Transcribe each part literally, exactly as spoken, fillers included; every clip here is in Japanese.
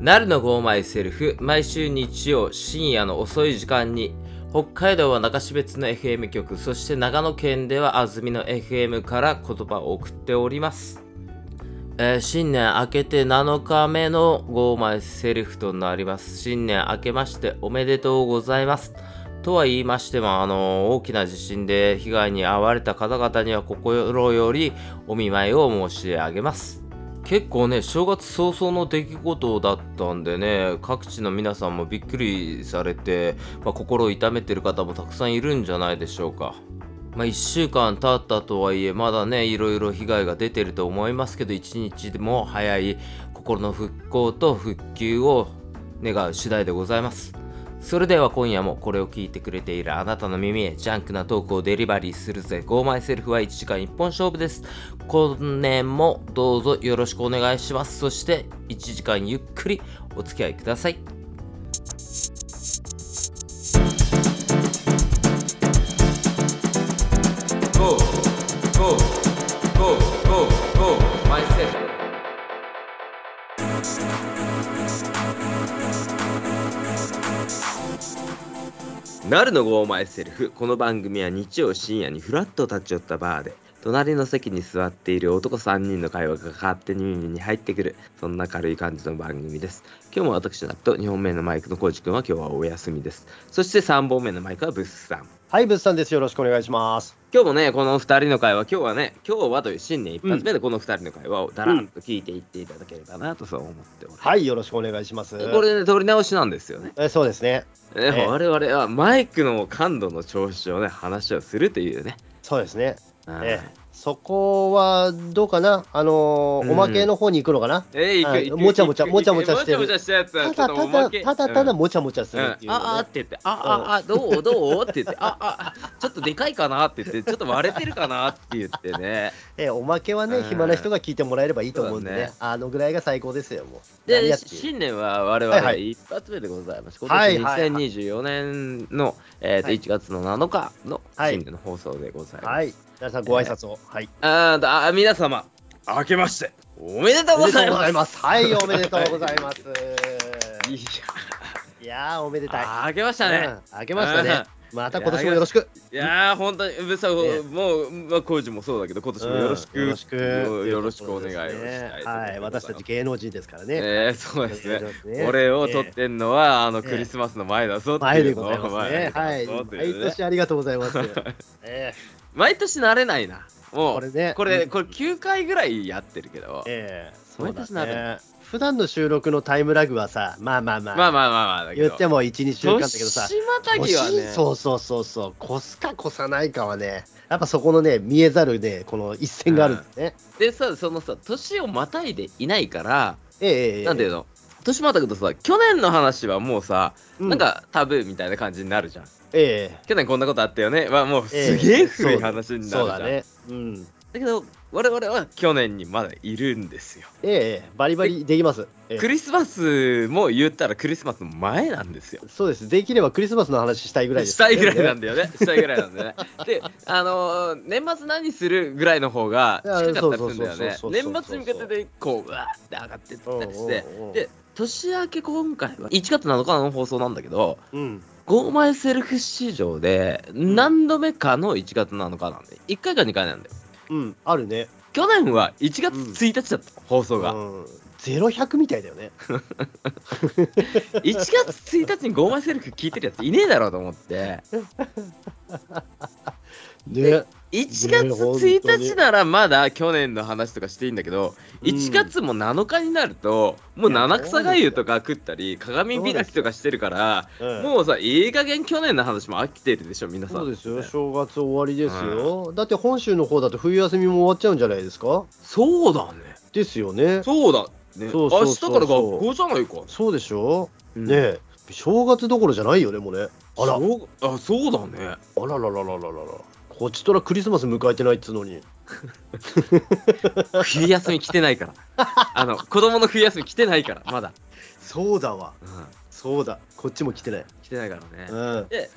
なるのゴーマイセルフ、毎週日曜深夜の遅い時間に北海道は中標津の エフエム 局、そして長野県では安曇野 エフエム から言葉を送っております。えー、新年明けてなのかめのゴーマイセルフとなります。新年明けましておめでとうございます。とは言いましても、あのー、大きな地震で被害に遭われた方々には心よりお見舞いを申し上げます。結構ね、正月早々の出来事だったんでね、各地の皆さんもびっくりされて、まあ、心を痛めてる方もたくさんいるんじゃないでしょうか。まあ、いっしゅうかん経ったとはいえ、まだね、いろいろ被害が出てると思いますけど、一日でも早い心の復興と復旧を願う次第でございます。それでは今夜もこれを聞いてくれているあなたの耳へジャンクなトークをデリバリーするぜ。ゴーマイセルフはいちじかん一本勝負です。今年もどうぞよろしくお願いします。そしていちじかんゆっくりお付き合いください。ゴーゴーゴーゴーゴーマイセルフ。なるのゴーマイセルフ。この番組は日曜深夜にフラッと立ち寄ったバーで隣の席に座っている男さんにんの会話が勝手に耳に入ってくる、そんな軽い感じの番組です。今日も私なっとにほんめのマイクのコーチくんは今日はお休みです。そしてさんぼんめのマイクはブッスさん。 はい、ブッスさんです。よろしくお願いします。 今日もね、このふたりの会話、今日はね、今日はという新年一発目でこのふたりの会話をだらっと聞いていっていただければなとそう思っております。 はい、よろしくお願いします。 これね、撮り直しなんですよね。 えそうですね。 えー、我々はマイクの感度の調子をね、話をするというね。 そうですね。えーそこはどうかな、あのーうん、おまけの方に行くのかな。 えー、行くもちゃもちゃもちゃもちゃしてる。 もちゃもちゃしたやつはただただただただもちゃもちゃするっていう、ね。 うん、ああって言って、あああどうどうって言って、ああちょっとでかいかなって言って、ちょっと割れてるかなって言ってね。 えー、おまけはね、暇な人が聞いてもらえればいいと思うんでね。ねあのぐらいが最高ですよもう。 で、新年は我々一発目でございます。はいはい、今年にせんにじゅうよねんの、えーとはい、いちがつのなのかの新年の放送でございます。はい、 皆さんご挨拶を。はい。 ああ、皆様、明けましておめでとうございます。 はい、おめでとうございます。いやー、おめでたい。 明けましたね。 明けましたね。また今年もよろしく。 いやー、本当に、もう、まあ、工事もそうだけど、今年もよろしく、よろしく、よろしくお願いをしたい。 はい、私たち芸能人ですからね。 えー、そうですね。これを撮ってんのは、あの、クリスマスの前だぞっていうのを。 前でございますね。はい。毎年ありがとうございます。 毎年慣れないな。もうこれね、 これこれきゅうかいぐらいやってるけど、 ええ、そうだね。普段の収録のタイムラグはさ、まあまあまあまあまあまあまあ言ってもいち、にしゅうかんだけどさ、 年またぎはね、 そうそうそうそう、越すか越さないかはね、やっぱそこのね見えざるねこの一線があるんですね。 でさ、そのさ年をまたいでいないから、 ええなんていうの、年またぐとさ、去年の話はもうさ、なんかタブーみたいな感じになるじゃん。 ええ、 去年こんなことあったよね。まあもうすげえ古い話になるじゃん。そうだね。 うん。 だけど我々は去年にまだいるんですよ。 ええ、バリバリできます。 クリスマスも言ったらクリスマスの前なんですよ。 そうです。できればクリスマスの話したいぐらいです。 したいぐらいなんだよね。したいぐらいなんだよね。で、あのー、年末何するぐらいの方が近かったりするんだよね。年末に向けてでこううわーって上がってったりして、で年明け今回はいちがつなのかの放送なんだけど、うん、ゴーマイセルフ市場で何度目かのいちがつなのかなんで、いっかいかにかいなんだよ。 うん、あるね。 去年はいちがつついたちだった、うん、放送が、うん、 ゼロひゃくみたいだよね。 いちがつついたちにゴーマイセルフ聞いてるやついねえだろうと思ってね、 いちがつついたちならまだ去年の話とかしていいんだけど、うん、いちがつもなのかになるともう七草がゆとか食ったり鏡開きとかしてるから、うん、もうさ、いい加減去年の話も飽きてるでしょ皆さん。 そうですよ、正月終わりですよ、うん、だって本州の方だと冬休みも終わっちゃうんじゃないですか。 そうだね。 ですよね。 そうだね。そうそうそうそう、明日から学校じゃないか。 そうでしょ、うん、ねえ、正月どころじゃないよねもうね。 あら、あ、そうだね。 あらららららららら、こっちとらクリスマス迎えてないっつうのに冬休み来てないからあの子供の冬休み来てないからまだ。 そうだわ、うん、そうだ、こっちも来てない来てないからね、 うん、 で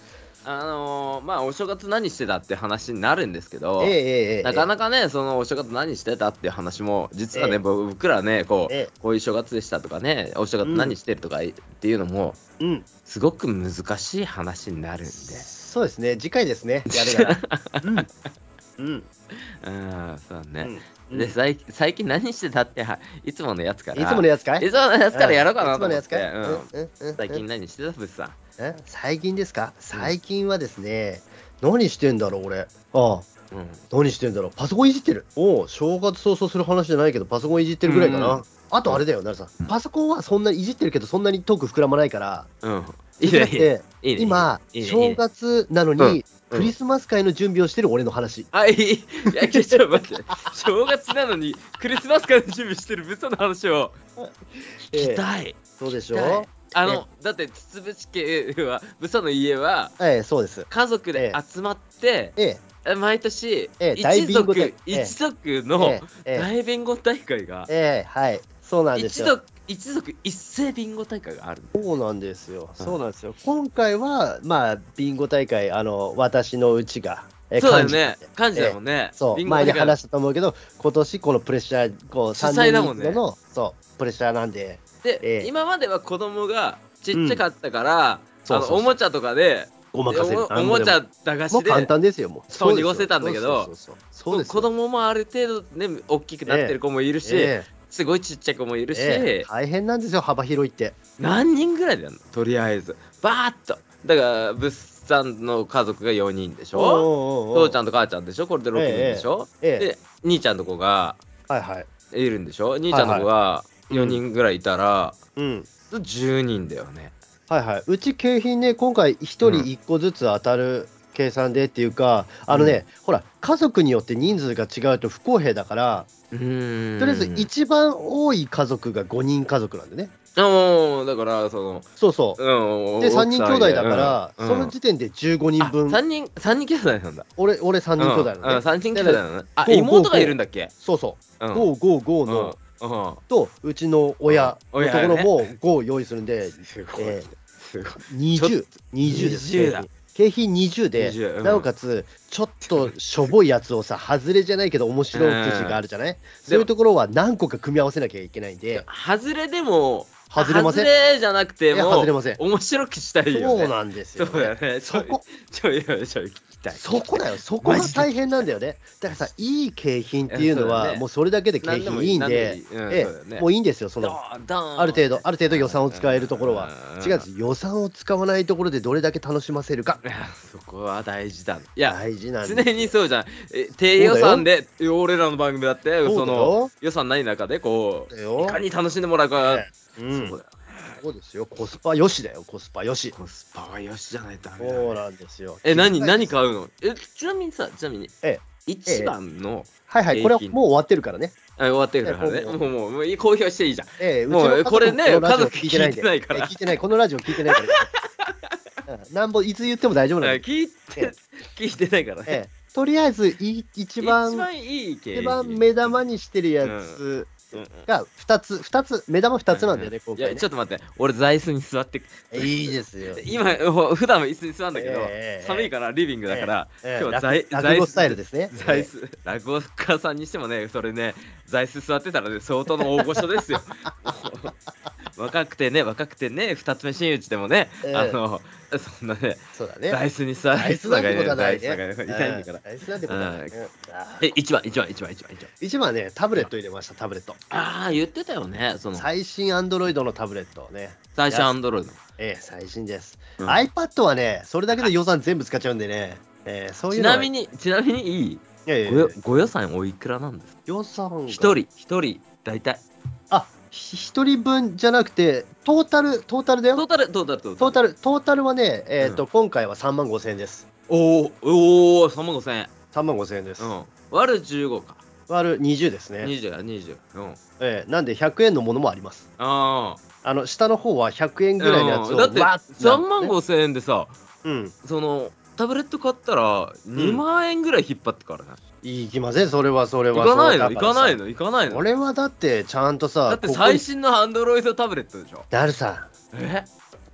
あのー、まあお正月何してたって話になるんですけど、 ええええなかなかねそのお正月何してたっていう話も実はね、 ええ僕らねこう、 ええこういう正月でしたとかねお正月何してるとかっていうのも、 うんすごく難しい話になるんで、 そうですね次回ですねやるならうんうんうんそうね、 うんで最最近何してたってはいつものやつからいつものやつかいいつものやつからやろうかなと思って、 いつものやつかいうんうんうんうん最近何してたブスさん。 え最近ですか最近はですね何してんだろう俺ああうん何してんだろうパソコンいじってるおう正月早々する話じゃないけどパソコンいじってるぐらいかうんなあとあれだよなるさんパソコンはそんなにいじってるけどそんなにトーク膨らまないからうんいやいやいいね今いいねいいね正月なのうんにクリスマス会の準備をしてる俺の話あ、いい。いや、ちょっと待って。正月なのにクリスマスから準備してるブスの話を聞きたい。 そうでし聞きたいょあの、だって、つぶち家は、ブソの家は、 ええそうです家族で集まって、 ええ毎年、 ええ大一ビンゴ大族、 ええ一族のえええ大ビンゴ大会が、 ええはいそうなんですよ一族、一族一斉ビンゴ大会がある。 そうなんですよ。 うんそうなんですよ。今回は、まあ、ビンゴ大会、あの、私のうちが、えそうだよね幹事。 幹事だもんね。 そう、 ビンゴ大会前に話したと思うけど、今年このプレッシャー、こう、 主催だもんねさんねんに一度の、そう、プレッシャーなんで、 で、 ええ今までは子供がちっちゃかったから、 そうそうそうあのおもちゃとかで、 ごまかせる。 おおもちゃ駄菓子でもう簡単ですよ、もう。 そう濁せたんだけどそうそうそうそうそうですよ子供もある程度ね大きくなってる子もいるし、 ええすごいちっちゃい子もいるし、 ええ大変なんですよ、幅広いって。 何人ぐらいでやるのとりあえずバーッとだから物産の家族がよにんでしょ父ちゃん、 んと母ちゃんでしょこれでろくにんでしょ、 ええで兄ちゃんの子がはいはい。 いるんでしょ兄ちゃんの子がよにんぐらいいたら、 うん。 じゅうにんだよね。 はいはい。うち景品ね、今回ひとりいっこずつ当たる計算でっていうか、あのね、ほら、家族によって人数が違うと不公平だから、 うーんとりあえず一番多い家族がごにん家族なんでね。 あもうだからそのそうそう。 うんで、さんにん兄弟だから、 うんその時点でじゅうごにんぶん。 さんにんさんにん兄弟なんだ。 俺、俺さんにん兄弟なうんのね。 うんさんにん兄弟なのね。あゴー妹がいるんだっけ？ そうそうう。 んご、ご、ごの、 うんうんと、うちの親のところも親ごを用意するんで、 すごいえすごい。 にじゅう、にじゅうです。 にじゅうだ景品にじゅうで、 にじゅううんなおかつ、ちょっとしょぼいやつをさ、外れじゃないけど面白いくじがあるじゃない、そういうところは何個か組み合わせなきゃいけないんで、 外れでも外れません外れじゃなくていやも外れません面白くしたいよね。 そうなんですよ、 そうだよね。 そこ、 ちょいちょいちょい聞きたい。 そこだよ、そこが大変なんだよね。だからさ、いい景品っていうのは、 そうだねもうそれだけで景品いいんで、 何でもいい何でもいいうんえそうだよねえもういいんですよ、そドの。 ーンドーンある程度、ある程度予算を使えるところは。 うん違うんです、予算を使わないところでどれだけ楽しませるか。 いやそこは大事だ。いや大事なんです常にそうじゃん。え低予算で俺らの番組だってそうだよその予算ない中でこうだよいかに楽しんでもらうか。 ええうんそうだよ。 そうですよ、コスパよしだよ、コスパよし。 コスパはよしじゃないとダメだね。 そうなんですよ。 え何何か買うの？えちなみにさちなみにえ一番のはいはい、これはもう終わってるからね。 あ終わってるからね。 えもうもうもういい公表していいじゃん。 ええ、うちもうの家族これねこのラジオ家族聞いてないからええ聞いてない、このラジオ聞いてないから。うんなんぼいつ言っても大丈夫あなんで。 聞いて聞いてないからね。 ええ、とりあえずい一番一番いい景品一番目玉にしてるやつうんうんがふたつ、ふたつ、目玉ふたつなんだよね、今いや回ねちょっと待って俺座椅子に座っていいですよ。 今ほ普段は椅子に座るんだけど、 ええ寒いからリビングだから、 ええ今日は座椅落落語スタイルですね。 座椅子落語家さんにしてもねそれね座椅子座ってたらね相当の大御所ですよ若くてね若くてね二つ目真打ちでもね、 ええあのそんなねそうだね。 座椅子に座るあいつなんてことはないね。 座椅子がいないんだから。 あいつなんてことはないね。あえ一番一番一番一番一番一番はね、タブレット入れました、タブレット。 ああ言ってたよねその最新アンドロイドのタブレットをね。 最初アンドロイドええ、最新です。 うん iPad はね、それだけで予算全部使っちゃうんでね。ええ、そういうちのはなみにちなみにいいいやいやいやごよご予算おいくらなんですか？ 予算が一人一人大体あ、ひ一人分じゃなくて、トータル、トータルだよ。 トータルトータルトータルトータル、トータルはね、えっと、今回はさんまんごせんえんです。 おーおおさんまんごせん円さんまんごせんえんです。 うん割るじゅうごか割るにじゅうですね。 にじゅうやにじゅううんええ、なんでひゃくえんのものもあります。 ああの、下の方はひゃくえんぐらいのやつを、 だってわーさんまんごせん円でさうん。 そのタブレット買ったらにまん円ぐらい引っ張ってからねいきません、それは、それは。 行かないのそれは行かないの行かないの俺はだって、ちゃんとさ、 だってここ最新のアンドロイドタブレットでしょだるさん、 え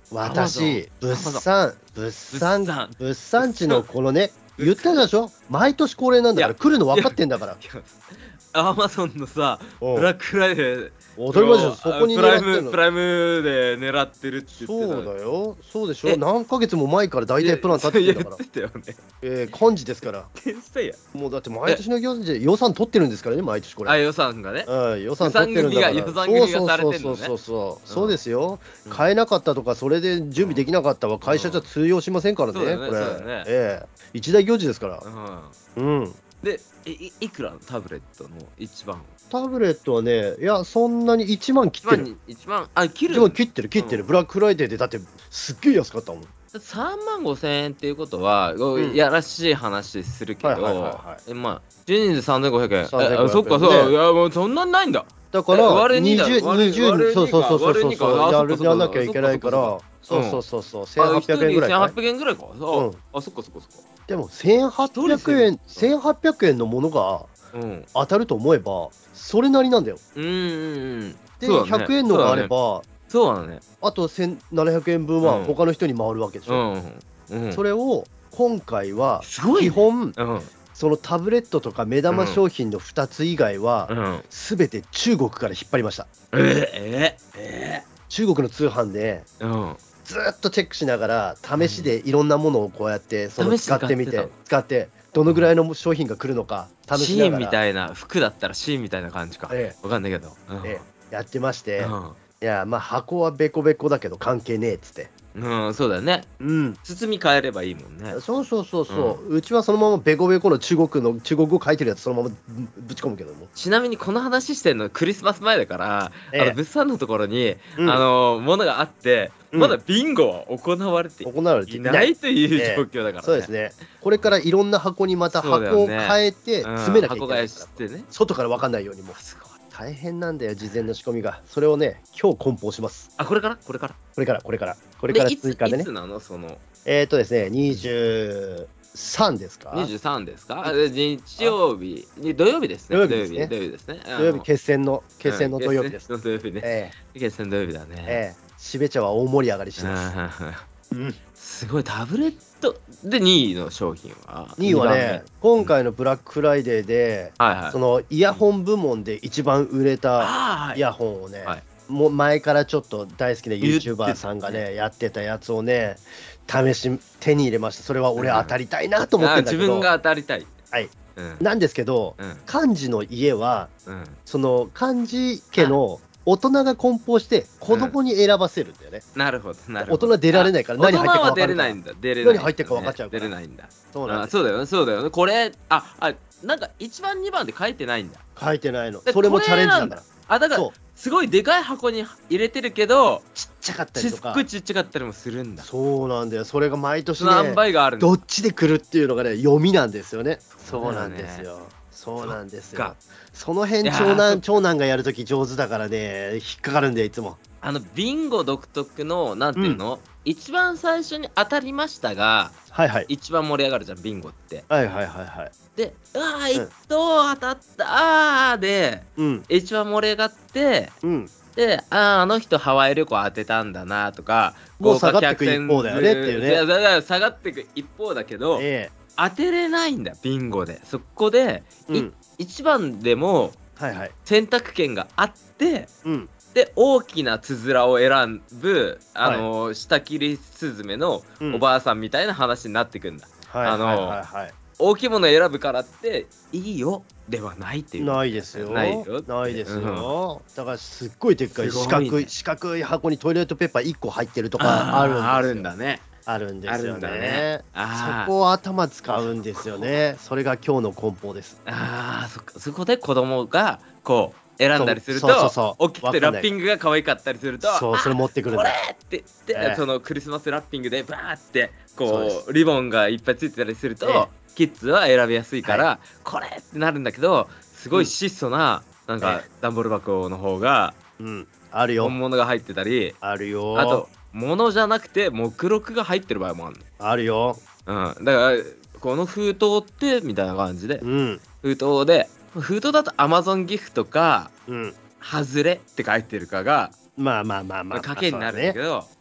私、物 Amazon 産、物産、 物産物産地のこのね、言ったでしょ、毎年恒例なんだから、 いや来るの分かってんだから。 アマゾンのさ、 うんブラックフライデー、 当たり前でしょ、そこにプライ狙ってるのムプ。ライムで狙ってるって言ってた。 そうだよ、そうでしょ、 え何ヶ月も前から大体プラン立ってるんだから言っ。てたよね。 えー、幹事ですから。 天才や。 もうだって毎年の行事で予算取ってるんですからね、毎年これ。 あ、予算がね。 うん、予算取ってるんだから。 予算組が予算組がされてんのねそうそうそうそう、 うんそうですよ。 うん買えなかったとか、それで準備できなかったは会社じゃ通用しませんからね、 そうだよねこれ。 そうだよねええ、一大行事ですから。 ううん。 ん。で、いいいくらのタブレットの一番。 タブレットはね、いや、そんなにいちまん切一ってる。 番に一番あ切いちる。 まん切ってる、切ってる。 うんブラックフライデーで、だってすっげえ安かったもん。 さんまんごせんえんっていうことは、 んやらしい話するけど、 はいはいはいはいえまあじゅうにんでさんぜんごひゃくえん。 さんぜんごひゃくえんえあそっかそう、 ねいやもうそんなんないんだ。 だから、 え割るにだにじゅう、 割るにじゅう割るにそうそうそうそうそう割るにかあやるそっかそっかやんなきゃいけないから、 そそうっかそっかそうそうそう、せんはっぴゃくえんぐらいかい。 せんはっぴゃくえんぐらいか。あ、 うんあそっかそっかそっか。 でもせんはっぴゃくえん、 一人せんせんはっぴゃくえんのものがうん。 当たると思えば、それなりなんだよ。 うんうんうん。 で、 そうだねひゃくえんのがあれば、 そうだね。 あとせんななひゃくえんぶんはうん他の人に回るわけでしょ。 うんうん。うん。 それを今回はすごいね基本、 うんそのタブレットとか目玉商品のふたつ以外は、 うん。 すべて中国から引っ張りました。 えー、えー、え中国の通販でー、うん。 ずーっとチェックしながら試しでいろんなものをこうやってその試しで使ってみて買って使ってどのぐらいの商品が来るのか試シしながらーンみたいな服だったらシーンみたいな感じか。 えわかんないけど。うんええやってまして、 うんいやまあ箱はベコベコだけど関係ねえっつって、 うん、そうだよね。 うん、 包み変えればいいもんね。 そうそうそうそう、うちはそのままベコベコの中国の中国語書いてるやつそのままぶぶち込むけども、 ちなみにこの話してんのクリスマス前だから、 ええあの物産のところに、 うんあのものがあって、 うんまだビンゴは行われて行われていないというええ状況だからね。 そうですね、これからいろんな箱にまたそうだ箱をよね変えてうん。 詰めなきゃいけ箱ないから、 買いしてね。 外から分かんないようにもすごい。 大変なんだよ事前の仕込みが、それをね今日梱包します。 あ、これからこれから。 これからこれからこれからいつ追加でねいつなのそのえっ、ー、とですねにじゅうさんですか、 にじゅうさんですか？あで日曜日に土曜日ですね。 土曜日ですね土曜日ですね。 土曜日決戦の決戦の土曜日です、 うん決戦の土曜日ね。 え決戦土曜日だね。 えええしべ茶は大盛り上がりしてます、うん、 すごいタブレットでにいの商品はにいはね今回のブラックフライデーで、 はいはいそのイヤホン部門で一番売れたあーイヤホンをね、 はいもう前からちょっと大好きな言って YouTuber さんがねやってたやつをね試し手に入れました。それは俺当たりたいなと思ってあんだけど、 自分が当たりたい。 はいうんなんですけど、 うん幹事の家はうんその幹事家の大人が梱包して子供に選ばせるんだよね、 なるほどなるほど。 大人出られないからあ何入ってるか大人は分かるから出れないんだ。出れないんだね。 何入ってるか分かっちゃうから出れないんだ。 そうなんです。 あそうだよねそうだよね。これああなんかいちばんにばんで書いてないんだ。 書いてないのでそれもチャレンジなんだ。 あだからそうすごいでかい箱に入れてるけどちっちゃかったちっりとかごいちっちゃかったりもするんだ。 そうなんだよ。それが毎年その塩ね梅があるんだ。 どっちで来るっていうのがね読みなんですよね。 そうだよねそうなんですよ。そうなんですよそっか。 その辺いやー長男長男がやるとき上手だからね引っかかるんだよいつも。 あのビンゴ独特のなんていうの、一番最初に当たりましたがはいはい一番盛り上がるじゃんビンゴって。 はいはいはいはい。 でうわー一等当たったあーでうん一番盛り上がってうん。 であーあの人ハワイ旅行当てたんだなとかもう下がってく一方だよねっていうねいやだから下がってく一方だけど、 え当てれないんだビンゴで。そこで、いえうん一番でもはいはい選択権があってうんで大きなつづらを選ぶあの、下切りスズメのうんおばあさんみたいな話になってくんだ、あのはいはいはいはい。 大きいものを選ぶからっていいよではないっていうないですよ。 ないよないですよ。だからすっごいでっかいすごいね四角い四角い箱にトイレットペーパーいっこ入ってるとかあるんですよ。 あるんだね。 あるんですよあるんだねね。あーそこを頭使うんですよね。それが今日の梱包です。 あーそっかそこで子供がこう選んだりするとそうそうそう大きくてわかんないラッピングが可愛かったりするとそう、それ持ってくるんこれだ。 って言って、 ええそのクリスマスラッピングでバーってそうでこうリボンがいっぱいついてたりすると、 ええキッズは選びやすいから、これってなるんだけどすごいうん質素な、なんかえ段ボール箱の方がうん。あるよ本。物が入ってたりあるよ。 あと物じゃなくて目録が入ってる場合もあるあるよ。 の、うん、だからこの封筒ってみたいな感じでうん。 封筒で封筒だと Amazon ギフトかうん。 外れって書いてるかがまあまあまあまあ。 賭けになるんだけど。 ど、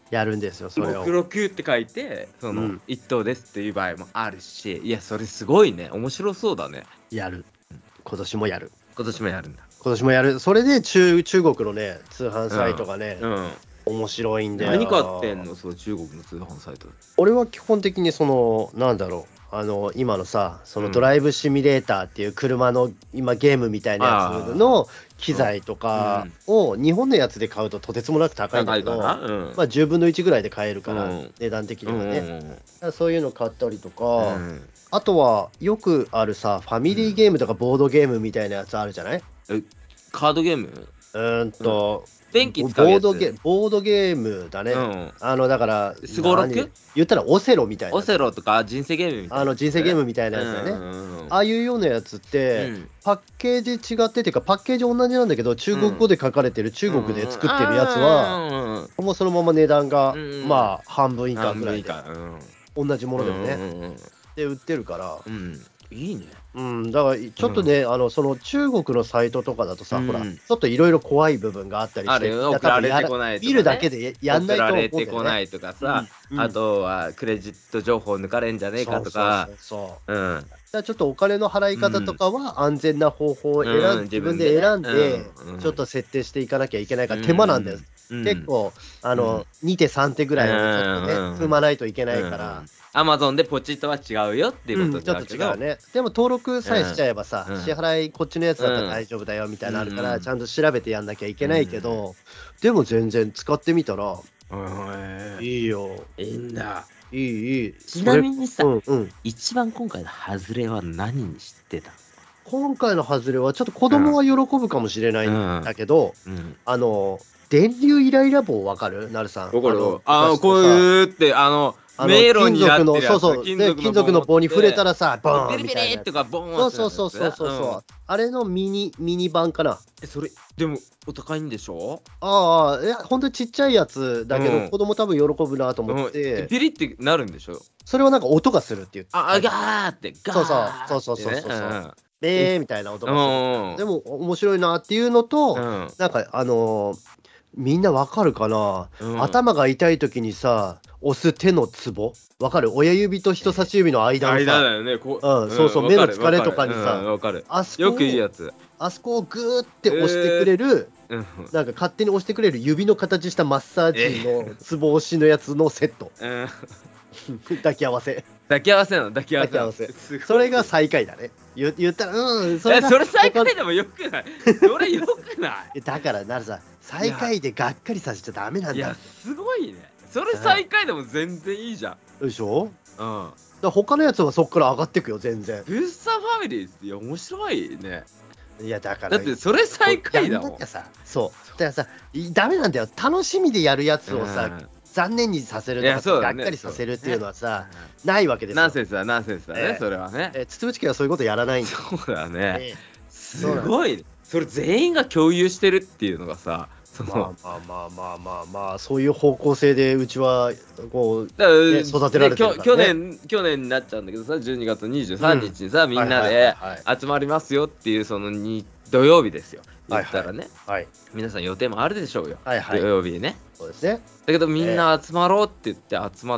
やるんですよそれを。 目録って書いてその、 うん、 一等ですっていう場合もあるし、いやそれすごいね、面白そうだね。 やる。今年もやる。 今年もやるんだ。 今年もやる。それで中中国のね通販サイトがね、 うん、 面白いんだよ。 何買ってんのその中国の通販サイト。 俺は基本的にそのなんだろう、あの今のさそのドライブシミュレーターっていう車の今ゲームみたいなやつの機材とかを日本のやつで買うととてつもなく高いんだけど、 高いかな、うん、 まあじゅうぶんのいちぐらいで買えるから、 うん、 値段的にはね、 うんうんうん、 だからそういうの買ったりとか、 うん、 あとはよくあるさファミリーゲームとかボードゲームみたいなやつあるじゃない？ えカードゲーム？ うーんと、 電気使うやつ。 ボードゲボードゲームだね、 うん、 あのだからスゴロク？ 言ったらオセロみたいな、 オセロとか人生ゲームみたいな、 あの人生ゲームみたいなやつだね、 うんうんうん、 ああいうようなやつって、 うん、 パッケージ違ってっていうかパッケージ同じなんだけど中国語で書かれてる、中国で作ってるやつは、もうそのまま値段が、 うんうん、 まあ半分以下ぐらいで、 うん、 同じものでもね、 うんうんうん、 で売ってるから、 うん、いいね。 うん、だからちょっとね、うん、あのその中国のサイトとかだとさ、 うん、 ほらちょっといろいろ怖い部分があったりして、 あるよ、送られてこないとか、ね、 見るだけでやんないと思うんだよね。 送られてこないとかさ、うんうん、あとはクレジット情報抜かれんじゃねえかとか、 そうそうそうそう、うん、だからちょっとお金の払い方とかは安全な方法を選ん、うん、自分で選んで、うん、ちょっと設定していかなきゃいけないから手間なんだよ、うん、結構あの、うん、にてさんてぐらいをちょっとね、うん、踏まないといけないから、 アマゾンでポチッとは違うよっていうことだけど、 うん、ちょっと違うね。でも登録さえしちゃえばさ、うん、支払いこっちのやつだったら大丈夫だよみたいなのあるから、うん、ちゃんと調べてやんなきゃいけないけど、うん、でも全然使ってみたら、うん、いいよ。 いいんだ。 いいいい。 ちなみにさ、 うんうん、 一番今回の外れは何に知ってた？ 今回の外れはちょっと子供は喜ぶかもしれないんだけど、うんうん、あの電流イライラ棒わかる？なるさん。 わかる。あのこういうってあの。迷路になってるやつ、 そうそう、金属の、金属の棒に触れたらさ、ボーンみたいな。とかボーン。 そうそうそうそうそう、うん、あれのミニミニ版かな。 え、それでもお高いんでしょ？ ああ、いや本当にちっちゃいやつだけど、うん、子供多分喜ぶなと思って、 うん、ピリってなるんでしょ？それはなんか音がするって言って。 あ、ガーってガー。 そうそうそうそうそうそう。うん、ベーみたいな音がする。でも面白いなっていうのと、うん、なんかあのー、みんなわかるかな、うん、頭が痛い時にさ押す手のツボわかる？親指と人差し指の間のさ、 間だよね、こう、 うん、そうそう、目の疲れとかにさ、 わかる、 あそこよくいいやつ、 あそこをグーって押してくれる、えー、なんか勝手に押してくれる指の形したマッサージのツボ押しのやつのセット、えー、抱き合わせ抱き合わせなの抱き合わせ抱き合わせそれが最下位だね。言言ったらうんそれそれ最下位でもよくないそれよくないだからなるさ最下位でがっかりさせちゃダメなんだ。 いやすごいね、それ最下位でも全然いいじゃん。 でしょ？ うん。 だ他のやつはそっから上がってくよ全然。 ブッサファミリーって面白いね。 いやだからだってそれ最下位だもん。 さそうだからさダメなんだよ、楽しみでやるやつをさ、うん、残念にさせるとかさ、ね、がっかりさせるっていうのはさ、ね、ないわけですよ。 ナンセンスだナンセンスだね、えー、それはね。 えー、つつぶち家はそういうことやらないんだ。 そうだね、えー、すごい、ね、それ全員が共有してるっていうのがさ、そのまあまあまあまあまあまあそういう方向性でうちはこう、ね、育てられてるから、ね、 去年去年になっちゃうんだけどさ、じゅうにがつにじゅうさんにちにさ、うん、みんなで集まりますよっていうそのに土曜日ですよ言ったらね、はいはい、皆さん予定もあるでしょうよ、はいはい、土曜日ね。 そうですね。 だけどみんな集まろうって言って集まって、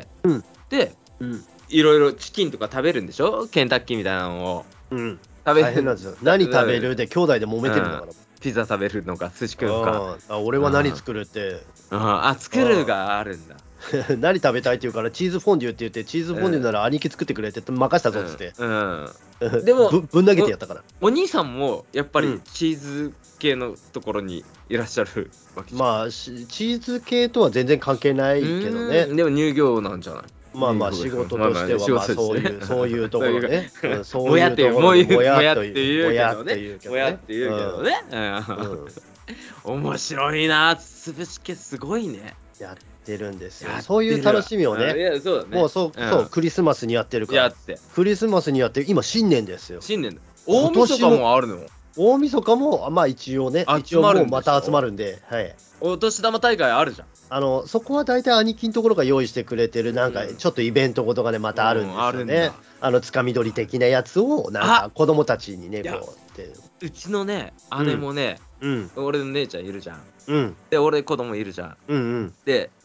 えー、で、うん、いろいろチキンとか食べるんでしょ、ケンタッキーみたいなのを、うん、 食べるんですよ。何食べるで兄弟で揉めてるんだから、うん、 ピザ食べるのか寿司食うのか。 あ俺は何作るって、 うん、あ作るがあるんだ何食べたいって言うからチーズフォンデュって言って、チーズフォンデュなら兄貴作ってくれって任したぞっつって、うんうん、でも ぶ, ぶん投げてやったから。 お兄さんもやっぱりチーズ系のところにいらっしゃるわけじゃん。 まあチーズ系とは全然関係ないけどね。 でも乳業なんじゃない？ まあまあ仕事としてはまあそういうそういうところね。 もやっていうもやっていうけどね。もやっていうけどね。面白いな、つぶしけすごいね。 やってるんですよ。そういう楽しみをね。 いやそうだね。 もうそうそうクリスマスにやってるから。 やってクリスマスにやって今新年ですよ。 新年。大晦日もあるの？ 大晦日もまあ一応ね、一応もうまた集まるんで、はい。 お年玉大会あるじゃん。 あのそこは大体兄貴のところが用意してくれてるなんかちょっとイベントごとがねまたあるんですよね。あのつかみ取り的なやつをなんか子供たちにねこうって。 うちのね姉もね、俺の姉ちゃんいるじゃん。で俺子供いるじゃん。で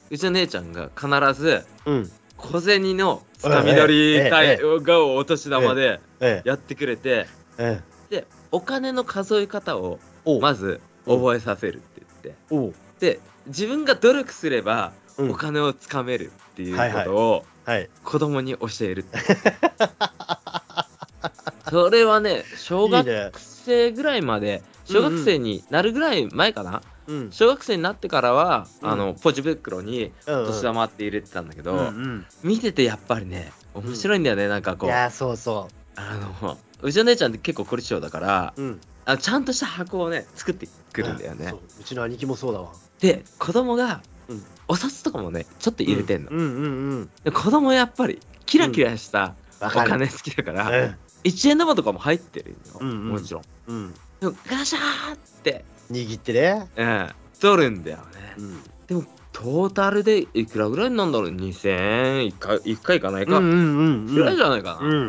うちの姉ちゃんが必ず、 うん、 小銭のつかみ取り会がお年玉でやってくれて、でお金の数え方をまず覚えさせるって言って、で自分が努力すればお金をつかめるっていうことを子供に教えるって。それはね、小学生ぐらいまで、小学生になるぐらい前かな、うん、小学生になってからは、うん、あのポチ袋にお年玉って入れてたんだけど、うんうん、見ててやっぱりね面白いんだよね、うん、なんかこう、 いやそうそう、 あのうちの姉ちゃんって結構凝り性だから、うん、あのちゃんとした箱をね作ってくるんだよね、うん、 そう、うちの兄貴もそうだわ。 で子供が、うん、お札とかもねちょっと入れてんの、うんうんうんうん、で子供やっぱりキラキラしたお金好きだから、うん、いちえん玉とかも入ってるよ、うんうん、もちろん、うん、でもガシャーって握ってね、 うん、取るんだよね、うん、でもトータルでいくらぐらいなんだろう、にせんえんいっかいいっかいいかないか、うんうんうんうん、ぐらいじゃないかな、 うんうん、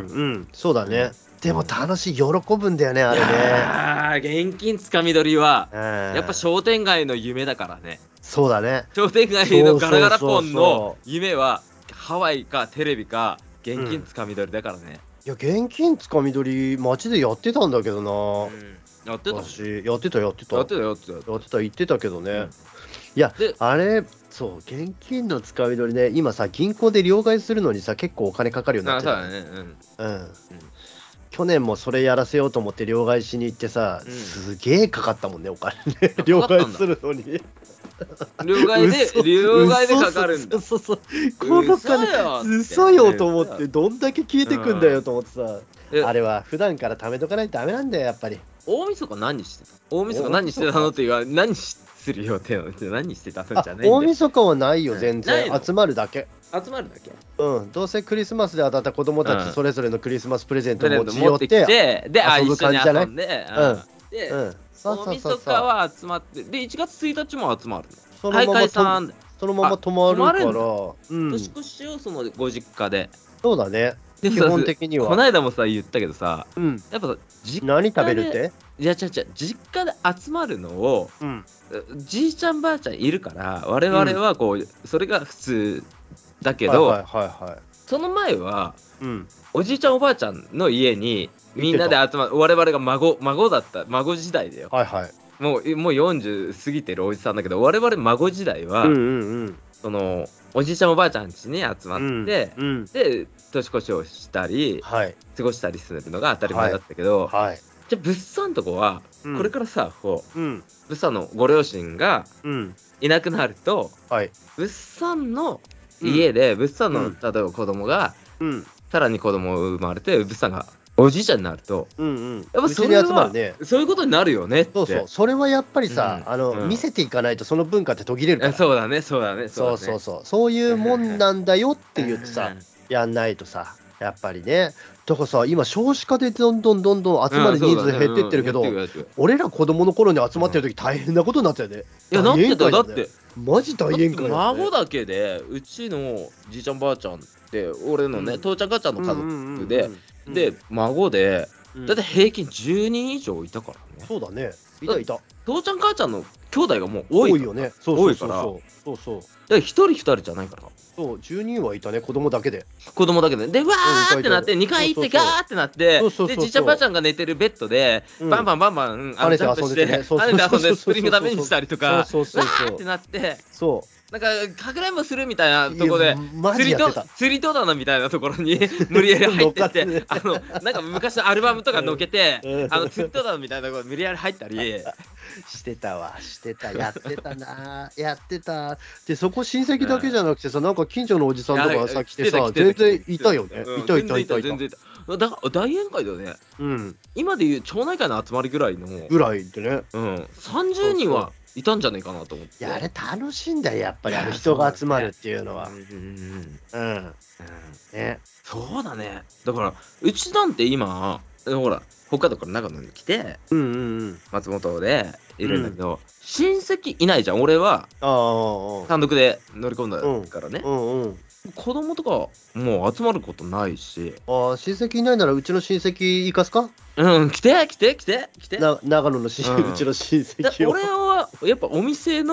そうだね、うん、でも楽しい、喜ぶんだよねあれね。 あ現金つかみ取りはやっぱ商店街の夢だからね。 そうだね、 商店街のガラガラポンの夢はハワイかテレビか現金つかみ取りだからね、 うん、いや現金つかみ取り街でやってたんだけどな、うん、 やってた私やってたやってたやってたやってたやってた言ってたけどね、うん、いやあれそう現金のつかみ取りね、今さ銀行で両替するのにさ結構お金かかるようになってる。 あ、そうだね、うん、うんうん、 去年もそれやらせようと思って両替しに行ってさ、うん、すげえかかったもんねお金ね両替するのに両替で両替でかかるんだ。 そうそうそう、この金嘘よと思ってどんだけ消えてくんだよと思ってさ、うん、あれは普段から貯めとかないとダメなんだよやっぱり。 大晦日何してた大晦日何してたのって言わ何する予定なのって何してたのじゃないんだよ。 大晦日はないよ全然、うん、集まるだけ集まるだけ、 うん、どうせクリスマスで当たった子供たちそれぞれのクリスマスプレゼントを持ち寄ってで遊ぶ感じじゃない？うん、 で、うん大晦日は集まって、でいちがつついたちも集まるの。 そのままとそのまま泊まるから、 うん、年越しをそのご実家で。 そうだね。基本的には。 この間もさ言ったけどさ、うん、やっぱ実家で何食べるって？ いや違う違う、実家で集まるのを、うん、じいちゃんばあちゃんいるから我々はこう、うん、それが普通だけど、はいはいはいはい、その前は、うん、おじいちゃんおばあちゃんの家にみんなで集まる、我々が孫孫だった孫時代だよ、はいはい、もうもうよんじゅう過ぎてるおじさんだけど我々孫時代は、うんうんうん、そのおじいちゃんおばあちゃん家に集まって、うんうん、で年越しをしたり、はい、過ごしたりするのが当たり前だったけど、はいはい、じゃあ物産とこは、うん、これからさこう、うん、物産のご両親がいなくなると、はい、物産の家で、うん、物産の、うん、例えば子供が、うん、さらに子供生まれて物産がおじいちゃんになると、うんうん、やっぱそれはうちに集まるね、そういうことになるよねって。 そうそう、それはやっぱりさ、うん、あの、うん、見せていかないとその文化って途切れるから。 そうだねそうだねそうそうそう、そういうもんなんだよって言ってさ、やんないとさ、やっぱりね。だからさ、今少子化でどんどんどんどん集まる人数減ってってるけど、うんねうん、俺ら子供の頃に集まってる時大変なことになってたよね。 いやなってた、だってマジ大宴会だ、ね、 孫だけでうちのじいちゃんばあちゃんって俺のね、うん、父ちゃん母ちゃんの家族で、うんうんうん、で孫でだって平均じゅうにん以上いたからね。 そうだね、いたいた。 父ちゃん母ちゃんの兄弟がもう多いから、 多いよね。そうそうそうそうそうそう。 でひとりふたりじゃないから。 そうじゅうにんはいたね、子供だけで。 子供だけででわーってなってにかい行ってガーってなってでじいちゃんばあちゃんが寝てるベッドでバンバンバンバン跳ねて遊んでね、 跳ねて遊んでスプリングダメにしたりとかわーってなってそうなんかかくれんぼするみたいなところで釣りと釣り戸棚みたいなところに無理やり入ってってあのなんか昔のアルバムとかのっけてあの釣り戸棚みたいなところに無理やり入ったりしてたわしてたやってたなやってた。でそこ親戚だけじゃなくてさ、なんか近所のおじさんとかさ来てさ全然いたよね。いたいたいたいた。 だから大宴会だよね。うん。今でいう町内会の集まりぐらいのぐらいでね。 うん。さんじゅうにんはいたんじゃないかなと思って。 いやあれ楽しいんだよやっぱり、あの人が集まるっていうのは。うんうんうん。 ね。そうだね。だからうちなんて今ほら北海道から長野に来て、うんうんうん、松本でいるんだけど、うん、親戚いないじゃん。俺は単独で乗り込んだからね、うんうんうん、子供とかもう集まることないし。 ああ親戚いないならうちの親戚行かすか。 うん来て来て来て来てな長野のし、うん、うちの親戚を。 俺はやっぱお店の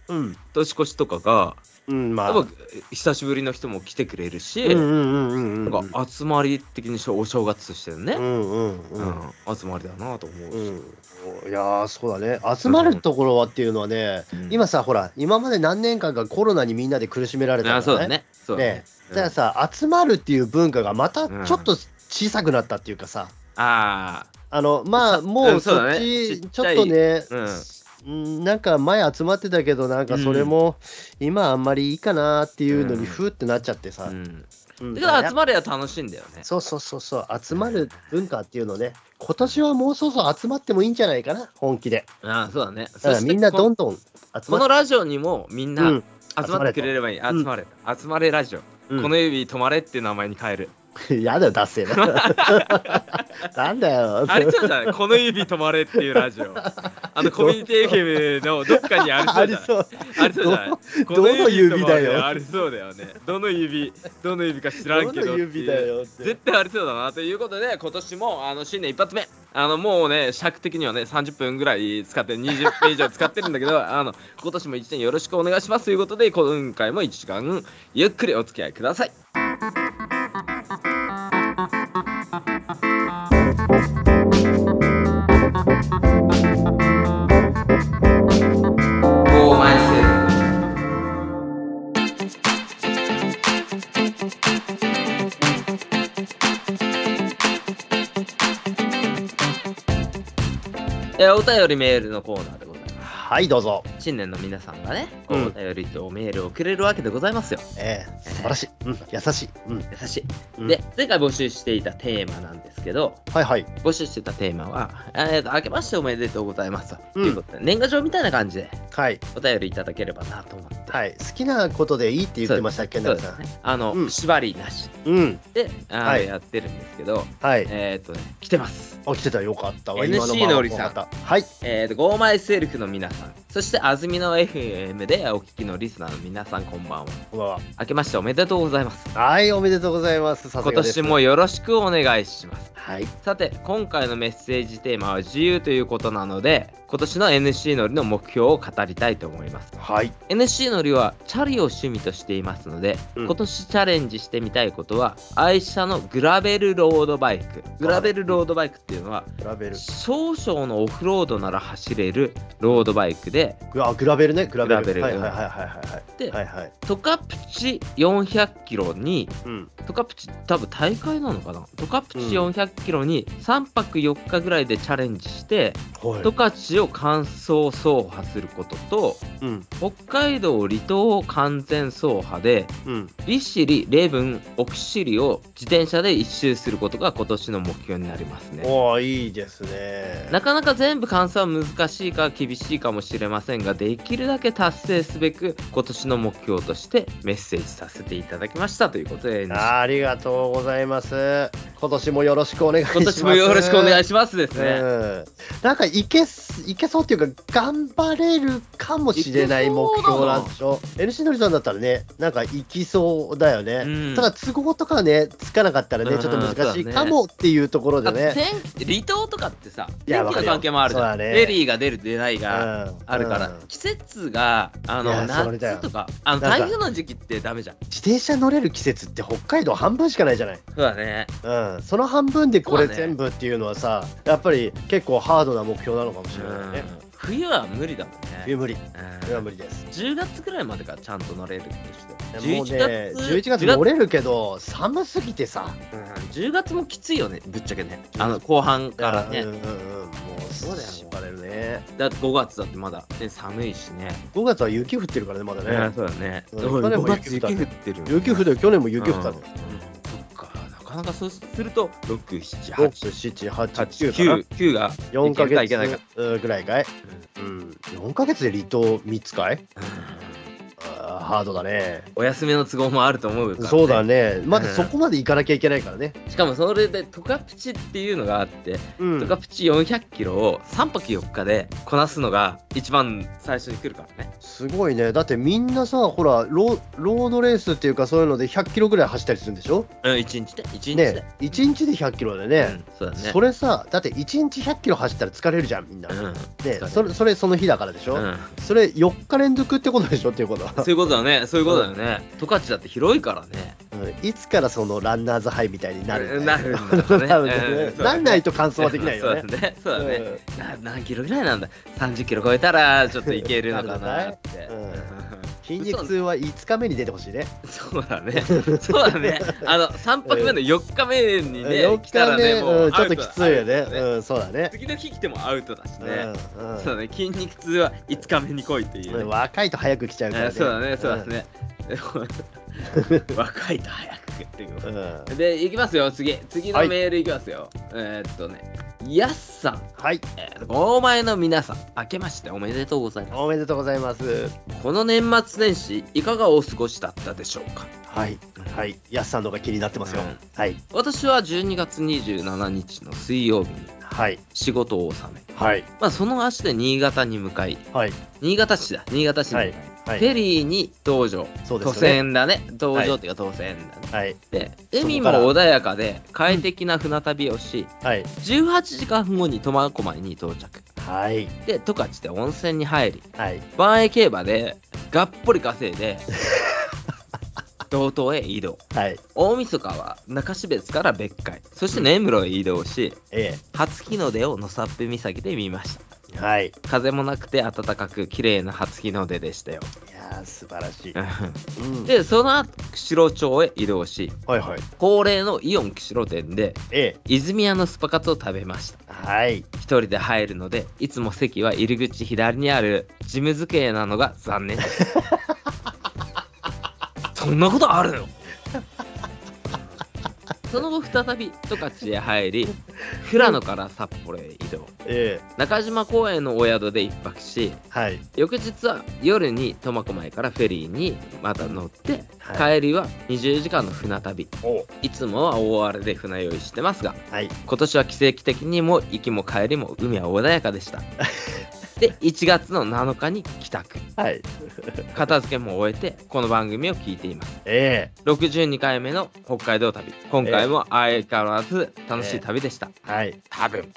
うん、年越しとかが、うんまあ、やっぱ久しぶりの人も来てくれるし、なんか集まり的にお正月としてね、うんうんうんうん、集まりだなと思うし、 うん、いやーそうだね、集まるところはっていうのはね、うん、今さほら今まで何年間かコロナにみんなで苦しめられたからね。 そうだね、そうだね、 ね、だからさ、集まるっていう文化がまたちょっと小さくなったっていうかさ、うん、 ああのまあもうそっちちょっとね、うん、なんか前集まってたけどなんかそれも今あんまりいいかなっていうのにふーってなっちゃってさ、うんうん、だから集まりは楽しいんだよね。 そうそうそうそう、集まる文化っていうのね、今年はもうそろそろ集まってもいいんじゃないかな、本気で。 ああそうだね。 だからみんなどんどん集まって、 このラジオにもみんな集まってくれればいい、うん、集まれ、うん、集まれラジオ、うん、この指止まれっていう名前に変える。 やだよ、ダッセーな。なんだよ。 ありそうじゃない、この指止まれっていうラジオ。あのコミュニティ エフエム のどっかにありそうじゃない。ありそうじゃない。 どの指だよ。 ありそうだよね。どの指、どの指か知らんけど。 どの指だよって。 絶対ありそうだなということで、今年もあの新年一発目。あのもうね、尺的にはね、さんじゅっぷんぐらい使って、にじゅっぷん以上使ってるんだけど、あの今年もいちねんよろしくお願いしますということで、今回もいちじかんゆっくりお付き合いください。えー、お便りメールのコーナーでございます。 はい、どうぞ。 新年の皆さんがね、こうお便りとメールをくれるわけでございますよ。 ええー、素晴らしい、うん、優しい、うん、 優しい、うん、で、前回募集していたテーマなんですけど、 はいはい、 募集していたテーマは、えーと、明けましておめでとうございますということで、うん、年賀状みたいな感じで、はい、お便りいただければなと思って、 はい、好きなことでいいって言ってましたっけ、 そうですね、あの、うん、縛りなし、うん、で、あ、はい、やってるんですけど、はい、えっ、ー、とね、来てます。 あ、来てた、よかったわ。 エヌシー のりさん、 はい、 えーと、ゴーマイセルフの皆さん、そして安住の エフエム でお聞きのリスナーの皆さん、こんばんは。こんばんは。明けましておめでとうございます。 はい、おめでとうございます。 今年もよろしくお願いします。 はい。 さて、今回のメッセージテーマは自由ということなので、今年の エヌシー のりの目標を語りたいと思います。 はい。 エヌシー のりはチャリを趣味としていますので、うん、今年チャレンジしてみたいことは愛車のグラベルロードバイク。グラベルロードバイクっていうのは、グラベル少々のオフロードなら走れるロードバイクで、 あ、グラベルね、グラベル。グラベル。 はいはいはいはいで、はいはい、トカプチよんひゃくキロに、うん、トカプチ多分大会なのかな、トカプチよんひゃくキロにさんぱくよっかぐらいでチャレンジして、はい、十勝を完走走破することと、うん、北海道離島を完全走破で、うん、利尻礼文奥尻を自転車で一周することが今年の目標になりますね。 おー、いいですね。 なかなか全部完走は難しいか厳しいかもしれませんが、できるだけ達成すべく今年の目標としてメッセージさせていただきましたということで、 あ, ありがとうございます。今年もよろしくお願いします。 今年もよろしくお願いしますですね、うん、 なんかいけいけそうっていうか頑張れるかもしれない目標なんでしょ。 エヌシー のりさんだったらね、なんかいきそうだよね、うん、ただ都合とかねつかなかったらね、うん、ちょっと難しいかもっていうところでね、 離島とかってさ、天気の関係もあるじゃん、ね、フェリーが出る出ないがあるから、うん、季節があの夏とかあの台風の時期ってダメじゃん。 自転車乗れる季節って北海道半分しかないじゃない。 そうだね、 うん、その半分でこれ全部っていうのはさ、ね、やっぱり結構ハードな目標なのかもしれないね。 冬は無理だもんね。 冬無理。冬は無理です。 じゅうがつぐらいまでからちゃんと乗れるとして。 もうね、じゅういちがつ乗れるけど寒すぎてさ、 うん、じゅうがつもきついよね、ぶっちゃけね。あの後半からね。うんうんうん、もうそうだよ。縛れるね。 だってごがつだってまだ、ね、寒いしね。 ごがつは雪降ってるからね、まだね。 うん、そうだね。 うん、去年も雪降ってる。雪降ってる。去年も雪降ったの。うんなかなかそうするとろく、なな、はち、 はち、きゅうかな。 きゅうがよんかげつぐらいかい、うんうん、よんかげつで離島みっつかい、うん、あハードだね。 お休みの都合もあると思うから、ね、 そうだね。まだそこまで行かなきゃいけないからね。 しかもそれでトカプチっていうのがあって、うん、トカプチよんひゃくキロをさんぱくよっかでこなすのが一番最初に来るからね。 すごいね。だってみんなさ、ほらロロードレースっていうかそういうのでひゃっキロぐらい走ったりするんでしょ。 うん、いちにちでいちにちで、 ね、いちにちでひゃっキロでね、うん、 そうだね。 それさ、だっていちにちひゃっキロ走ったら疲れるじゃんみんな、うん、でそれそれその日だからでしょ、うん、それよっか連続ってことでしょっていうことは。 そういうことだね、そういうことだよね。十勝、うん、だって広いからね、 うん、いつからそのランナーズハイみたいになるんだよ。 なるんだろうね。 うん、なんないと完走はできないよね。 そうだね、そうだね、うん、な何キロぐらいなんだ、さんじゅっキロ超えたらちょっといけるのかなって。 筋肉痛はいつかめに出てほしいね。 そうだね。そうだね。あのさんぱくめのよっかめにね、 よっ来たらね、もうちょっときついよね。うん、そうだね。 次の日来てもアウトだしね。そうだね。筋肉痛はいつかめに来いっていう。 若いと早く来ちゃうからね。 そうだね、そうだね。若いと早くっていう。で、いきますよ、次。次のメールいきますよ。えっとね。やっさん、 はい、 えー、お前の皆さん、明けましておめでとうございます。 おめでとうございます。 この年末年始、いかがお過ごしだったでしょうか。 はい、はい、やっさんのが気になってますよ。うん、はい。 私はじゅうにがつにじゅうしちにちの水曜日に、はい、仕事を納め、はい、まあその足で新潟に向かい、はい、新潟市だ、新潟市に向かい、はい、フェリーに搭乗、そうですね、渡船だね、搭乗っていうか渡船だね。はい、で、海も穏やかで快適な船旅をし、はい、じゅうはちじかんごに苫小牧に到着。はい、で、十勝で温泉に入り、はい、万栄競馬でがっぽり稼いで、道東へ移動、はい、大晦日は中標津から別海、そして根室へ移動し、うん、ええ、初日の出を野サッペ岬で見ました。はい、風もなくて暖かく綺麗な初日の出でしたよ。 いやー素晴らしい。 うん、でその後釧路町へ移動し、はいはい、恒例のイオン釧路店で、ええ、泉屋のスパカツを食べました。はい、一人で入るのでいつも席は入り口左にある事務机なのが残念です。そんなことあるの？その後再び十勝へ入り、富良野から札幌へ移動、ええ、中島公園のお宿で一泊し、はい、翌日は夜に苫小牧からフェリーにまた乗って、はい、帰りはにじゅうじかんの船旅。いつもは大荒れで船酔いしてますが、はい、今年は奇跡的にも行きも帰りも海は穏やかでした。でいちがつのなのかに帰宅、はい、片付けも終えてこの番組を聞いています。えー、ろくじゅうにかいめの北海道旅、今回も相変わらず楽しい旅でした。えー、はい多分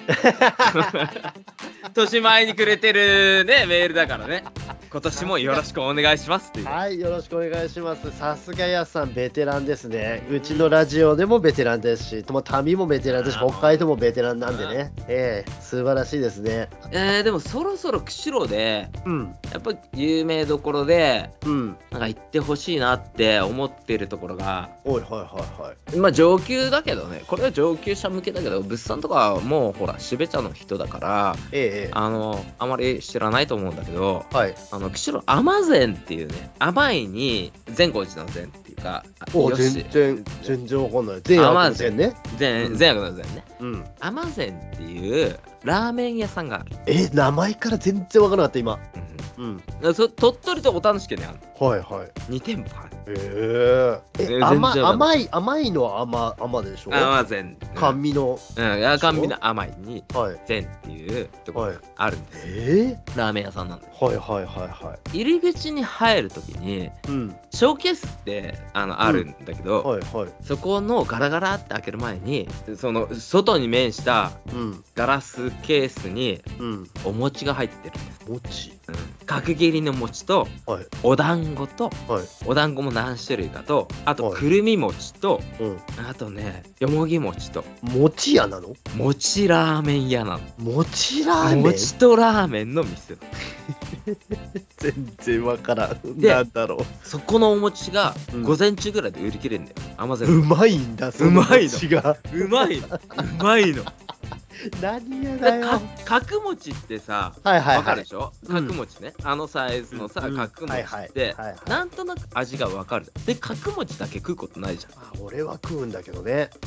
年前にくれてるねメールだからね、今年もよろしくお願いしますっていう。 はい、よろしくお願いします。さすがやすさんベテランですね。うちのラジオでもベテランですし、とも旅もベテランですし、北海道もベテランなんでね、えー、素晴らしいですね。 えー、でもそろそろ釧路で、うん、やっぱ有名どころで、うん、なんか行ってほしいなって思ってるところが、 おいはいはいはい、 まあ上級だけどね、これは上級者向けだけど、物産とかはもうほらしべ茶の人だから、ええ、あのあまり知らないと思うんだけど、はい、あの釧路甘膳っていうね、甘いに善光寺の善っていうか、 お全然全然わかんない。善悪の善ね。 善善悪の善ね。うん、甘膳っていうラーメン屋さんがある。 え、名前から全然わからなかった今。 うん、うん、そ鳥取と小田市にある。 はいはい。 にてんぽある。 えー、え甘甘い甘いのは甘甘でしょ。 甘膳。 甘味の。 うん、甘味の甘いに膳っていうところがあるんです。えー、ラーメン屋さんなんです。 はいはいはいはい。 入り口に入るときに、うん、ショーケースってあのあるんだけど、うん、はいはい、そこのガラガラって開ける前に、その外に面したガラスケースにお餅が入ってるんです。 餅、 うん、角切りの餅と、はい、お団子と、はい、お団子も何種類かと、あとくるみ餅と、はい、あとねよもぎ餅と。 餅屋なの？ 餅ラーメン屋なの。 餅ラーメン？ 餅とラーメンの店。 全然わからん。なんだろう。 そこのお餅が午前中ぐらいで売り切れるんだよ。甘膳。うまいんだ。 うまいの。うまいの。うまいの。 何やだよ。 角餅ってさ、 はいはいはい、 わかるでしょ？角餅ね、うん、あのサイズのさ、うん、角餅って、はいはい、なんとなく味がわかる。で角餅だけ食うことないじゃん。 あ、俺は食うんだけどね。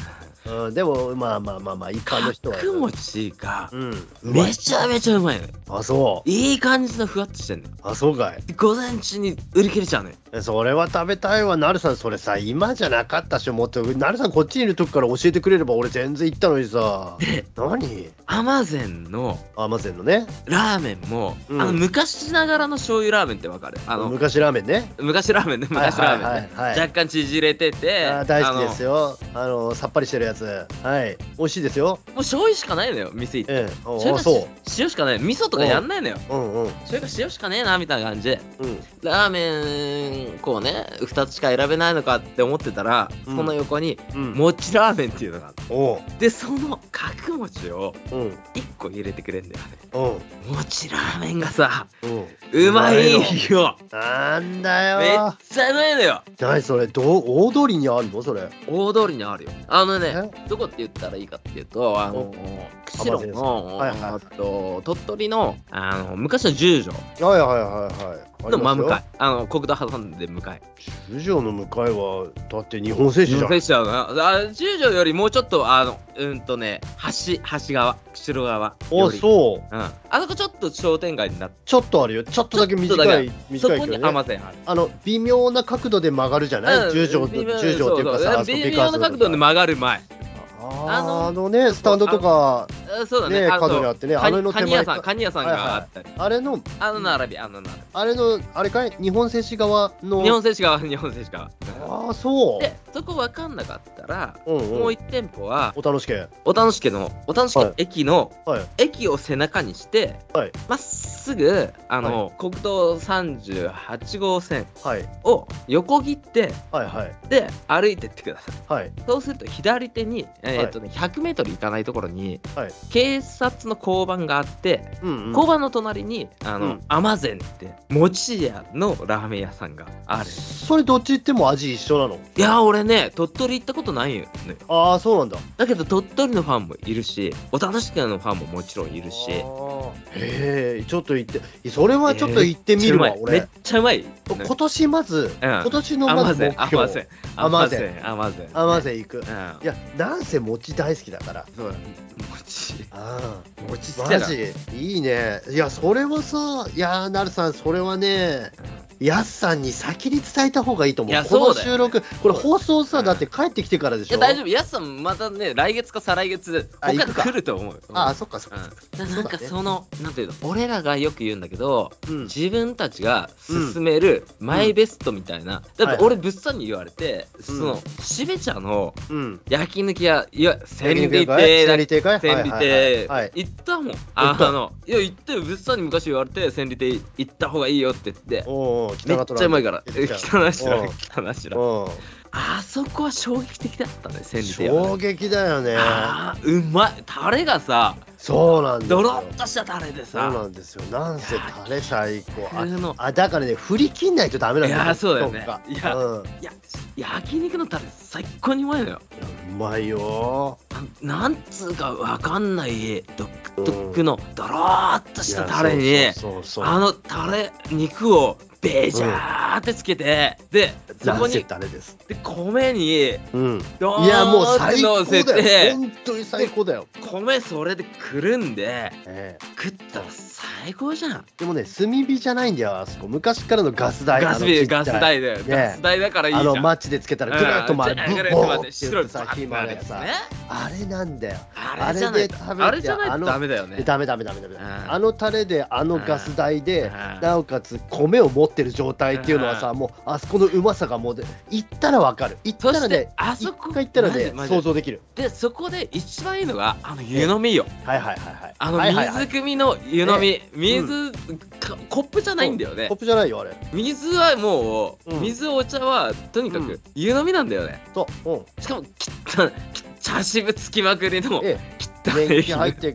うん、でもまあまあまあまあ一般の人は角餅がうんめちゃめちゃうまいのよ。 あそういい感じのふわっとしてんのよ。 あそうかい。 午前中に売り切れちゃうのよ。 それは食べたいわ。なるさんそれさ今じゃなかったしもっとなるさんこっちにいる時から教えてくれれば俺全然行ったのにさ。 で何アマゼンのアマゼンのねラーメンも、 うん、 あの昔ながらの醤油ラーメンってわかる？あの昔ラーメンね昔ラーメンね昔ラーメンね、 はいはいはいはい、 若干縮れててあ大好きですよ。あのさっぱりしてるやつはい美味しいですよ。 もう醤油しかないのよ店行って、 ええ、 あそう塩しかない味噌とかやんないのよ。 うんうんそれが塩しかねえなみたいな感じで、 うん、 ラーメンこうねふたつしか選べないのかって思ってたら、うん、その横に、うん、もちラーメンっていうのがあっておでその角餅をいっこ入れてくれんだよね。もちラーメンがさうまいよ。 なんだよめっちゃうまいのよ。 何それど大通りにあるのそれ？ 大通りにあるよ。あのねどこって言ったらいいかっていうとあの釧路の、はいはい、と鳥取のあの昔の十条はいはいはいはいの真向かいあの国道挟んで向かい十条の向かいはだって日本製紙じゃん。日本製紙だな。十条よりもうちょっとあのうんとね橋橋側釧路側あそう、 うん、あそこちょっと商店街になってちょっとあるよ。ちょっとだけ短い短いけどね。そこにアマゼンある。 あの微妙な角度で曲がるじゃない、うん、十条十条っていうかさ微妙な角度で曲がる前あのあのねスタンドとかそうだね角にあってねあれの手前カニ屋さんカニ屋さんがあったり、 あれのあの並びあの並びあれのあれかい日本製紙側の日本製紙側日本製紙側ああそうでそこ分かんなかったらもう一店舗はお楽し家お楽し家のお楽し家駅の駅を背中にしてまっすぐあの国道さんじゅうはち号線を横切ってで歩いてってください。そうすると左手にえっとねひゃくメートル行かないところに警察の交番があって交番の隣にあのアマゼンって餅屋のラーメン屋さんがある。 それどっち行っても味一緒なの？ いや俺ね鳥取行ったことないよね。 ああそうなんだ。 だけど鳥取のファンもいるしお楽し家のファンももちろんいるしへえちょっと行ってそれはちょっと行ってみるわ、えー、俺めっちゃうまい。 今年まず、うん、今年のまず目標アマゼンアマゼンアマゼンアマゼン行く、うん、いやなんせ餅大好きだからそうだ餅ああ餅好きだマジいいね。いやそれはさいやなるさんそれはねやすさんに先に伝えた方がいいと思う。いやこの収録これ放送さ、うん、だって帰ってきてからでしょ。 いや大丈夫やすさんまたね来月か再来月他で来ると思うよ。 ああそっかそっか、 うん、なんかそのなんていうの俺らがよく言うんだけど、うん、自分たちが勧めるマイベストみたいな、うん、だって俺物産に言われて、うん、そのしべ茶の焼肉屋いや千里亭千里亭か千里亭行ったもん。あのいや行ってよ物産に昔言われて千里亭行った方がいいよって言ってめっちゃうまいから汚しら汚しらあそこは衝撃的だったね千里亭はね。 衝撃だよね。 あうまいタレがさそうなんですよ。 ドロッとしたタレでさそうなんですよ。なんせタレ最高。ああだからね振り切んないとダメなんだよ。 いやそうだよね。いや、うん、いや焼肉のタレ最高にうまいのよ。 うまいよな。なんつうかわかんない独特のドローっとしたタレにあのタレ肉をベジャーってつけて、うん、でそこにで米にうん、いやもう最高だよ本当に最高だよ。 米それでくるんで、えー、食ったら最高じゃん。 でもね炭火じゃないんだよあそこ昔からのガス台ガス火ガス台だよ、ね、ガス台だからいいじゃん。 あのマッチでつけたらぐるっと回るブッボーって白いさ火までさあれなんだよ。 あれじゃないとあれじゃないとダメだよね。 ダメダメダメダメあのタレであのガス台でなおかつ米を持ってる状態っていうのはさもうあそこのうまさがもう行ったらわかる。行ったらねあそこ一回行ったらね想像できる。 でそこで一番いいのがあの湯飲みよ。 はいはいはいはい。 あの水汲みの湯飲み水コップじゃないんだよね。 コップじゃないよあれ。 水はもう水お茶はとにかく湯飲みなんだよね。 そうしかもきった茶渋つきまくりの年季入ってっから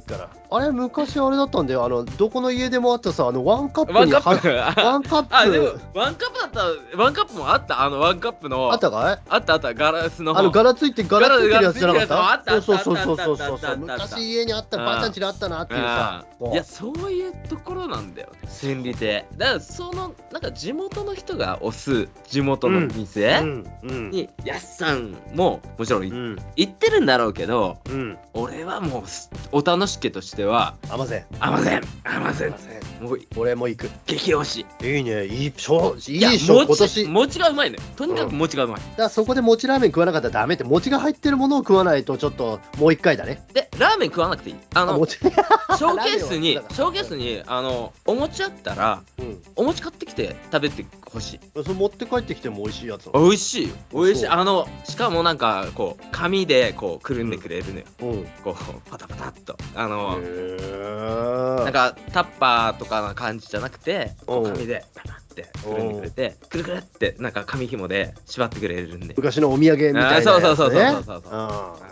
あれ昔あれだったんだよ、あのどこの家でもあったさ、あのワンカップにワンカップワンカップあでもワンカップだったワンカップもあった、あのワンカップのあったかい、 あったあった、ガラスのあのガラついてガラついてるやつじゃなかった、 あった、 そうそうそうそうそうそう、昔家にあったばあちゃん家にあったなっていうさ、 いやそういうところなんだよね、千里亭。だからそのなんか地元の人が推す地元の店にやっさんももちろん行ってるんだろうけど、うん、俺はもうお楽しけとしては甘せん甘せん甘せんもう俺も行く激推し。 いいね、いいしょいいでしょ、今年餅がうまいね、とにかく餅がうまい、うん、 だからそこで餅ラーメン食わなかったらダメって、餅が入ってるものを食わないとちょっともう一回だね。 でラーメン食わなくていい、あのショーケースにショーケースにあのお餅あったら、うん、お餅買ってきて食べてほしい。 それ持って帰ってきても美味しいやつ。 美味しいよ、美味しい。あのしかもなんかこう紙でこうくるんでくれるのよ、うん、こうパタパタっとあのなんかタッパーとかな感じじゃなくて、紙でパタってくるんでくれて、くるくるってなんか紙紐で縛ってくれるんで、 昔のお土産みたいなやつ、ね、 そうそうそうそうそうそう。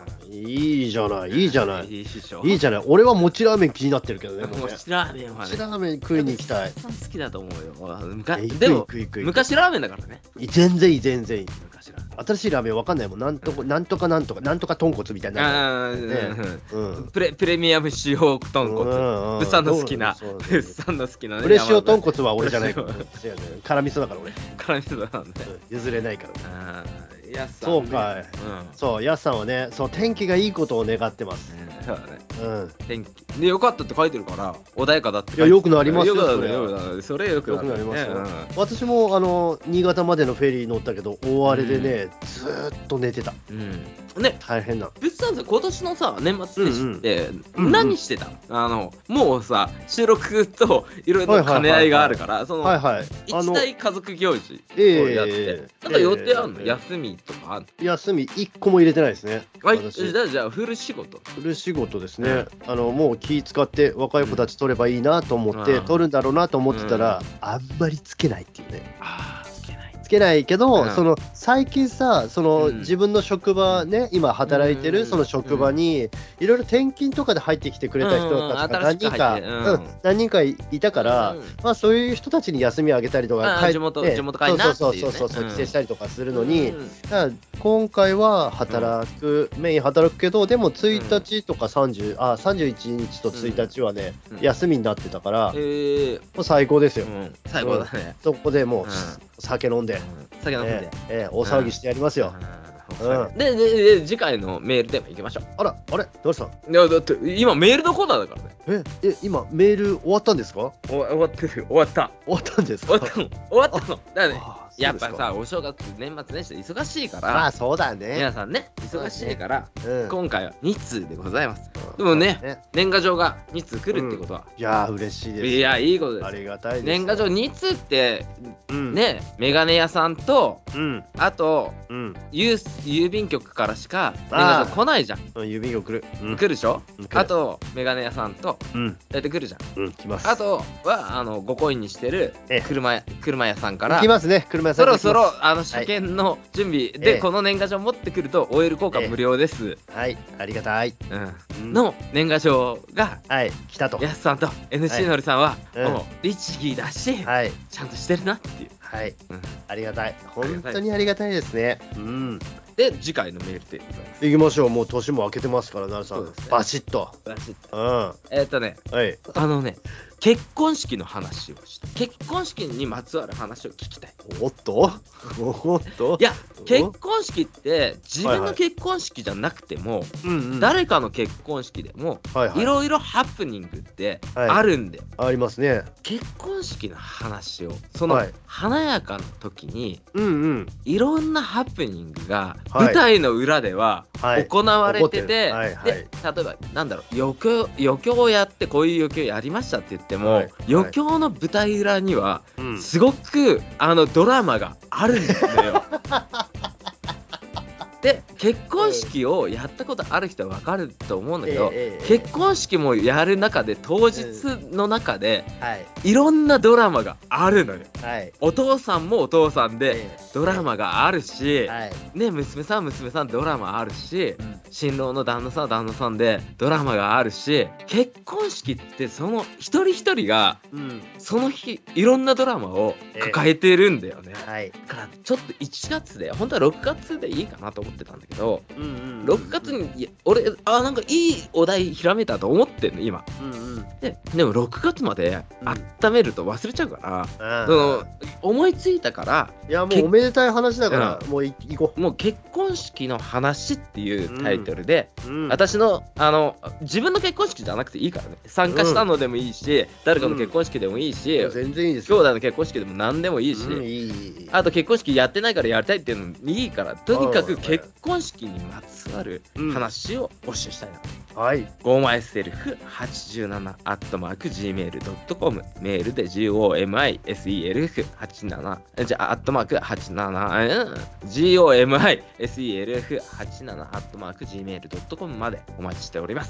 いいじゃないいいじゃないいいしょ、 いいじゃない。俺は餅ラーメン気になってるけどね。 餅ラーメンはね、 餅ラーメン食いに行きたい。 好きだと思うよ。でも昔ラーメンだからね。 全然いい全然いい。昔ラーメン新しいラーメンわかんないもん。なんとかなんとかなんとかなんとか豚骨みたいな。 プレプレミアム塩豚骨。物産の好きな物産の好きなね。 プレ塩豚骨は俺じゃないから。辛味噌だから俺。 辛味噌だなんで譲れないから。 やっさん、 そうかい、うん、そうやっさんはね、そう天気がいいことを願ってます、 うん、そうだね、うん、天気でよかったって書いてるから穏やかだって。 いやよくなりますよ、 それよそれよくなりますよ、 うん、私もあの新潟までのフェリー乗ったけど大荒れでね、うん、ずーっと寝てた、うん、ね、大変な。 物産さん今年のさ年末年始って何してた、うんうん、あのもうさ収録といろいろ兼ね合いがあるからその、はいはい、一大家族行事をやって、えー、なんか予定あるの、えー、休みとかあるの？ 休みいっこも入れてないですね。 はい、じゃあじゃあフル仕事フル仕事ですね、うん、あのもう気使って若い子たち取ればいいなと思って、うん、取るんだろうなと思ってたら、うん、あんまりつけないっていうね。 あーつけないつけないけど、うん、その最近さその、うん、自分の職場ね今働いてるその職場に、うん、いろいろ転勤とかで入ってきてくれた人たちが何人か、うんうん、何人かいたから、うん、まあそういう人たちに休みあげたりとか帰って地元地元帰りなっていう、ね、 そうそうそうそう、うん、帰省したりとかするのに、うん、だから今回は働く、うん、メイン働くけどでもついたちとかさんじゅう、うん、あさんじゅういちにちとついたちはね、うん、休みになってたから、うん、もう最高ですよ、うん、 最高だね、 そこでもう、うん、酒飲んで、うん、 酒飲んで、 えーえー、大騒ぎしてやりますよ、 うんうん、で, で, で次回のメールでも行きましょう。 あらあれどうした？ いやだって今メールのコーナーだからね。ええ今メール終わったんですか？ 終わってる終わった終わったんですか？ 終わったの終わったのだからねやっぱさお正月年末年始で忙しいからまあそうだね皆さんね忙しいから、ねうん、今回はに通でございます、うん、でも ね, ね年賀状がに通来るってことは、 うん、いやー嬉しいです。 いやいいことです。 ありがたいです。 年賀状に通って、うん、ねメガネ屋さんと、うん、あと、うん、郵, 郵便局からしか年賀状来ないじゃん。 郵便局来る、 うん、来るでしょ、うん、あとメガネ屋さんと、うん、大体来るじゃん、 うん、来ます。 あとはあのごコインにしてる車、車屋さんから来ますね。車屋さんそろそろあの車検の準備で、はい、この年賀状持ってくると オーエル 交換無料です、 えー、はいありがたい、 うん、の年賀状が、 はい、来たとやすさんと エヌシー のりさんは、はい、もう律儀だし、はい、ちゃんとしてるなっていうはい、うん、ありがたい本当にありがたいですね。うんで次回のメールでいきましょう。もう年も明けてますからなるさん、ね、バシッとバシッと、うん、えー、っとね、 はい、 あのね結婚式の話をした結婚式にまつわる話を聞きたい。 おっとおっといや結婚式って自分の結婚式じゃなくても、はいはい、誰かの結婚式でも、はいはい、いろいろハプニングってあるんだよ、 はい、ありますね。 結婚式の話をその、はい、華やかな時に、 うんうん、 いろんなハプニングが舞台の裏では行われてて、はいはいはい、で例えばなんだろう余興余興をやってこういう余興やりましたって言っても、はい、余興の舞台裏にはすごく、うん、あのドラマがあるんだよで結婚式をやったことある人は分かると思うんだけど、えーえー、結婚式もやる中で当日の中で、えーはい、いろんなドラマがあるのよ、はい、お父さんもお父さんでドラマがあるし、はい、ね、娘さん娘さんドラマあるし、うん、新郎の旦那さんは旦那さんでドラマがあるし、結婚式ってその一人一人が、うん、その日いろんなドラマを抱えてるんだよね、えーはい、だからちょっといちがつで本当はろくがつでいいかなと思ってたんだけど、うんうんうんうん、ろくがつに俺あなんかいいお題ひらめいたと思ってんの今、うんうん、で, でもろくがつまで温めると忘れちゃうから、うん、その思いついたから、 いやもうおめでたい話だから、うん、もうい行こう。 もう結婚式の話っていうタイトルで、うんうん、私のあの自分の結婚式じゃなくていいからね、参加したのでもいいし、うん、誰かの結婚式でもいいし、 うん、全然いいですよ。兄弟の結婚式でも何でもいいし、うん、いいあと結婚式やってないからやりたいっていうのもいいから、とにかく結婚式にまつわる話を募集したいな、 うん、はい。 ゴーマイセルフはちじゅうななアットマークジーメールドットコム、メールで ゴーマイセルフはちじゅうなな じゃあアットマークはちじゅうなな ゴーマイセルフはちじゅうななアットマークジーメールドットコム までお待ちしております。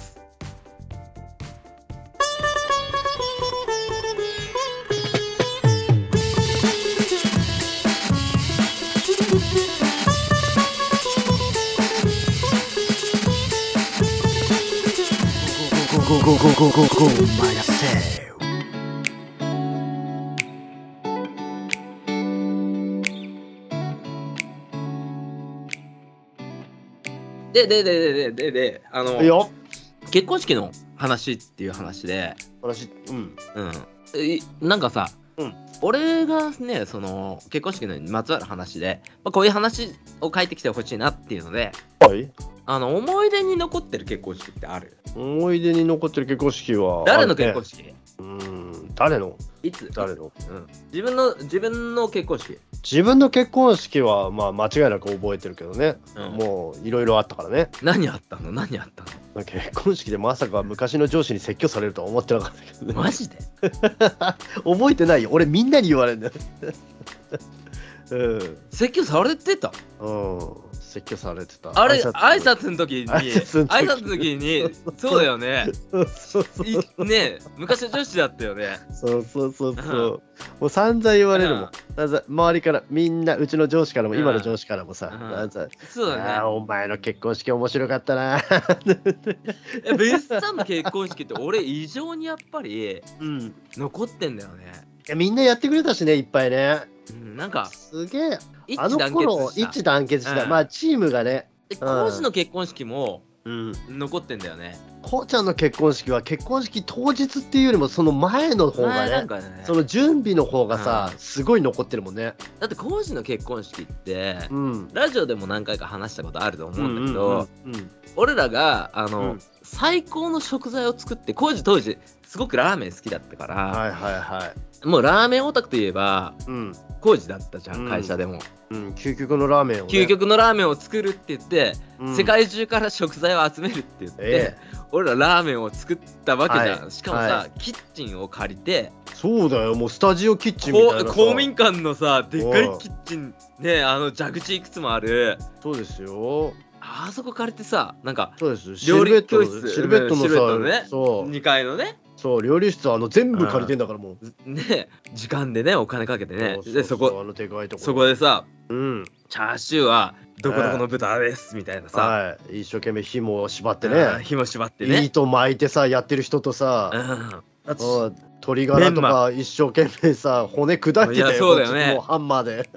Go go go go go go myself。 ででででででであのいいよ、 結婚式の話っていう話で話うんうんなんかさ、うん、俺がねその結婚式のまつわる話で、まあ、こういう話を書いてきてほしいなっていうので、 はい、 あの思い出に残ってる結婚式ってある？ 思い出に残ってる結婚式は、ね、 誰の結婚式？ うーん誰のいつ誰の、 うん、自分の自分の結婚式自分の結婚式はまあ間違いなく覚えてるけどね、うん、もういろいろあったからね。 何あったの何あったの？ 結婚式でまさか昔の上司に説教されるとは思ってなかったけどね。 マジで覚えてないよ、俺みんなに言われるんだよ、うん、 説教されてた？ うん説教されてた。 あれ挨拶の時に挨拶の時にそうだよねそうそうね昔の女子だったよね。 そうそうそうそう、うん、もう散々言われるもん、うん、周りからみんなうちの上司からも、うん、今の上司からもさ、うん、 そうだね、 あお前の結婚式面白かったなベスさんの結婚式って俺異常にやっぱり、うん、残ってんだよね。 いやみんなやってくれたしね、いっぱいね、 うん、なんかすげえあの頃一致団結した、うん、まあチームがね。 コーチの結婚式も、うん、残ってんだよね。 こうちゃんの結婚式は結婚式当日っていうよりもその前の方が ね, ねその準備の方がさ、うん、すごい残ってるもんね。 だってコーチの結婚式って、うん、ラジオでも何回か話したことあると思うんだけど、うんうんうんうん、俺らがあの、うん、最高の食材を作って、コーチ当時すごくラーメン好きだったから、 はいはいはい、 もうラーメンオタクといえば、うん、コーチだったじゃん、うん、会社でも、 うん、究極のラーメンを、ね、 究極のラーメンを作るって言って、うん、世界中から食材を集めるって言って、えー、俺らラーメンを作ったわけじゃん、はい、しかもさ、はい、キッチンを借りて、 そうだよ、もうスタジオキッチンみたいなさ、 公民館のさでっかいキッチンね、あの蛇口いくつもある、 そうですよ、 あそこ借りてさ、なんかそうです料理教室、 シルベットのさ、 のね、そうにかいのね、 そう料理室あの全部借りてんだから、もうね時間でねお金かけてね、 そうそうそう、 でそこあのでかいとこそこでさ、 うん、 チャーシューはどこどこの豚ですみたいなさ、 はい、一生懸命紐を縛ってね、 紐縛ってね、 糸巻いてさやってる人とさ、うん、鶏ガラとか一生懸命さ骨砕いてたよ、いやそうだよね、 もうハンマーで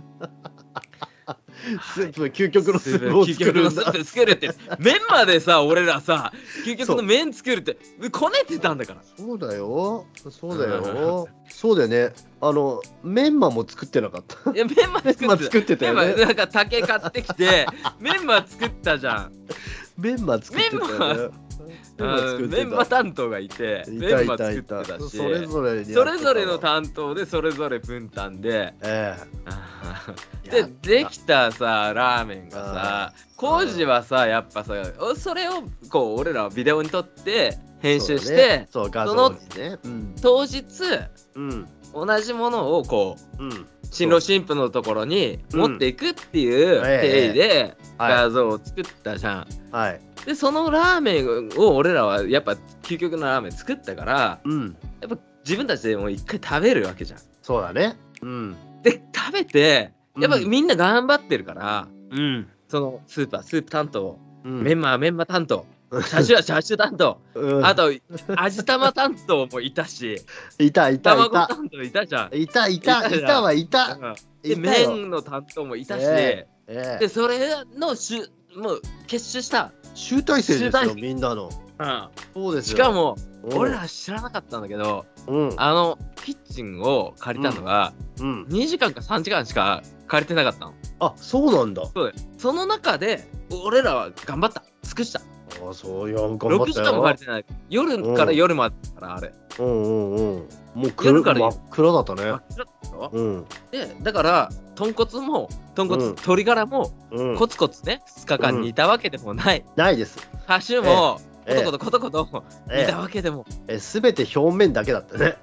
スープ、究極のスープを作るんだ、 究極のスープ作るって麺までさ俺らさ究極の麺作るってこねてたんだから。 そうだよそうだよそうだよね、あのメンマも作ってなかった？ いやメンマ作ってた作ってたよね。 なんか竹買ってきてメンマ作ったじゃん。 メンマ作ってたよね。 メンマ担当がいてメンマ作ってたし、それぞれそれぞれの担当でそれぞれ分担で、ええ、でできたさラーメンがさ、工事はさやっぱさそれをこう俺らはビデオに撮って編集して、その当日、うん、同じものをこう、うん、新郎新婦のところに持っていくっていう経緯で画像を作ったじゃん、はい、でそのラーメンを俺らはやっぱ究極のラーメン作ったから、うん、やっぱ自分たちでもう一回食べるわけじゃん。 そうだね、うん、 で食べてやっぱみんな頑張ってるから、うん、そのスーパースープ担当、うん、メンマはメンマ担当チャーシューはチャーシュー担当、うん、あと味玉担当もいたし、 いたいたいた、 卵担当いたじゃん、 いたいたいたはいた、 で麺の担当もいたし、えーえー、でそれのしゅもう結集した集大成ですよみんなの、うん、 そうですよ。しかも俺ら知らなかったんだけど、うん、あのキッチンを借りたのが、うんうん、にじかんかさんじかんしか借りてなかったの。 あ、そうなんだ。 そうだよ。その中で俺らは頑張った、尽くした。 あ、そうや、頑張ったよ。 ろくじかんも借りてない。夜から夜までだからあれ。 うんうんうん。もう夜から真っ暗だったね。真っ暗だった。 うん。で、だから豚骨も豚骨、うん、鶏ガラも、うん、コツコツねふつかかん煮たわけでもない。 うん、ないです。 チャーシューも、ええ、コトコトコトコト煮たわけでも。 え、すべて表面だけだったね。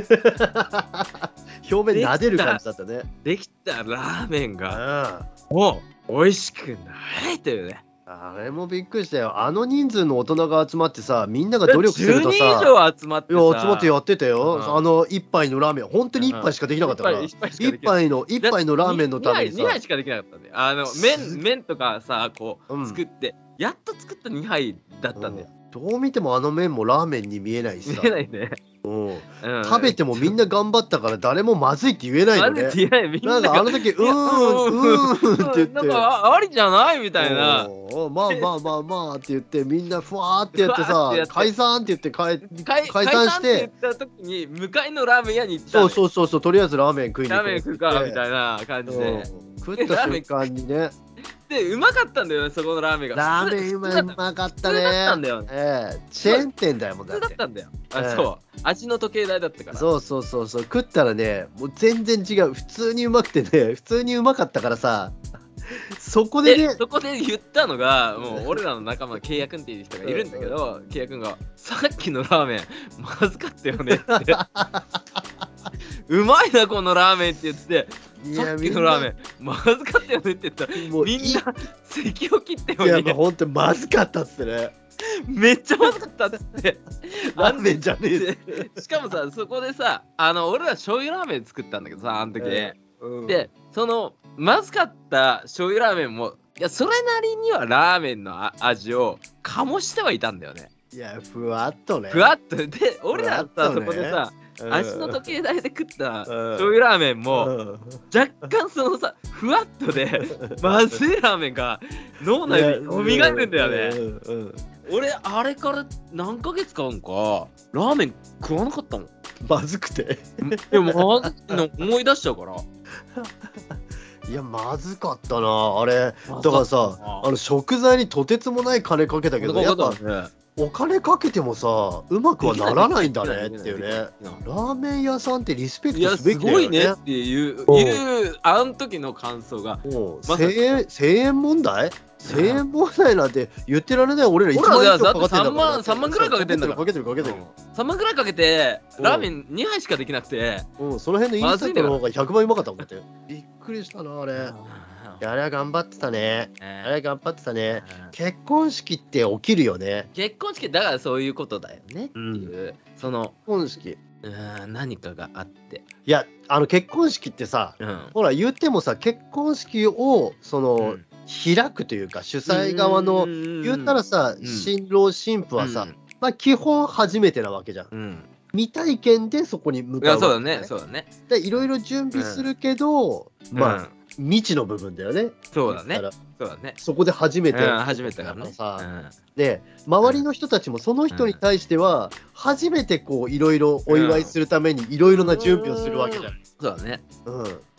表面撫でる感じだったね。 できたラーメンが、うん、もう美味しくないというね。 あれもびっくりしたよ。あの人数の大人が集まってさ、みんなが努力するとさ、じゅうにん以上集まってさ、 いや集まってやってたよ、うん、あの一杯のラーメン、本当に一杯しかできなかったから、うん、一杯の一杯のラーメンのためにさ、 にはいしかできなかったんで、あの麺麺とかさこう、うん、作ってやっと作ったにはいだったんだよ、 うん、どう見てもあの麺もラーメンに見えないしさ、 見えないね、 うんうん、食べてもみんな頑張ったから誰もまずいって言えないのね。 まずいって言えない、みんななんかあの時うーんうーんって言って、 なんかありじゃないみたいな、 まあまあまあまあって言ってみんなふわーってやってさ解散って言って解散して解散って言った時に向かいのラーメン屋に行った。 そうそうそうそう、とりあえずラーメン食いに行くラーメン食うかみたいな感じで食った瞬間にね。 でうまかったんだよね、そこのラーメンが。 ラーメンうまうまかったね。 普通だったんだよね、 ええ、チェーン店だよもん。 普通だったんだよ。あ、ええ、そう味の時計台だったから。 そうそうそうそう、食ったらねもう全然違う、普通にうまくてね、普通にうまかったからさ、そこでねそこで言ったのが、もう俺らの仲間のケイヤ君っていう人がいるんだけど、ケイヤ君がさっきのラーメンまずかったよねってうまいなこのラーメンって言って、さっきのラーメンまずかったよねって言ったら、もうみんな咳を切ってよね。 いやもうほんとまずかったっつってね、 めっちゃまずかったっつってラーメンじゃねえ。しかもさ、そこでさ、あの俺ら醤油ラーメン作ったんだけどさ、あの時、えーうん、でそのまずかった醤油ラーメンも、いやそれなりにはラーメンの味を醸してはいたんだよね。 いやふわっとね、 ふわっとで、俺らさ、ね、そこでさ、うん、味の時計台で食った醤油ラーメンも、うん、若干そのさふわっとでまずいラーメンが脳内で蘇るんだよね、うんうん、俺あれから何ヶ月かんかラーメン食わなかったもん、 まずくて。 でもまずいの思い出しちゃうからいやまずかったなあれ。だからさ、あの食材にとてつもない金かけたけど、やっぱお金かけてもさうまくはならないんだねっていうね。ラーメン屋さんってリスペクトすべきだよね。 いやすごいねっていう、いう、あの時の感想がせんえんせんえん問題せんえん問題なんて言ってられない。俺らいちまんえんかかってんだから。さんまん、 さんまんくらいかけてんだから。 かけてるかけてる。 さんまんくらいかけてラーメンにはいしかできなくて、 うん、その辺のインスタントの方がひゃくばいうまかったもんって。びっくりしたなあれ。あれは頑張ってたね。あれは頑張ってたね。結婚式って起きるよね。 結婚式だからそういうことだよねっていう、うん、その結婚式うん何かがあって、 いやあの結婚式ってさ、うん、ほら言ってもさ結婚式をその、うん、開くというか主催側の言ったらさ、うん、新郎新婦はさ、うん、まあ基本初めてなわけじゃん、うん、未体験でそこに向かうわけ、ね、 いやそうだねそうだね。 でいろいろ準備するけど、うん、まあ、うん未知の部分だよね。 そうだね。そうだね。 そこで初めて、 うん、初めてだからさ、 うん、で周りの人たちもその人に対しては初めてこういろいろお祝いするためにいろいろな準備をするわけじゃない。 そうだね。 うん。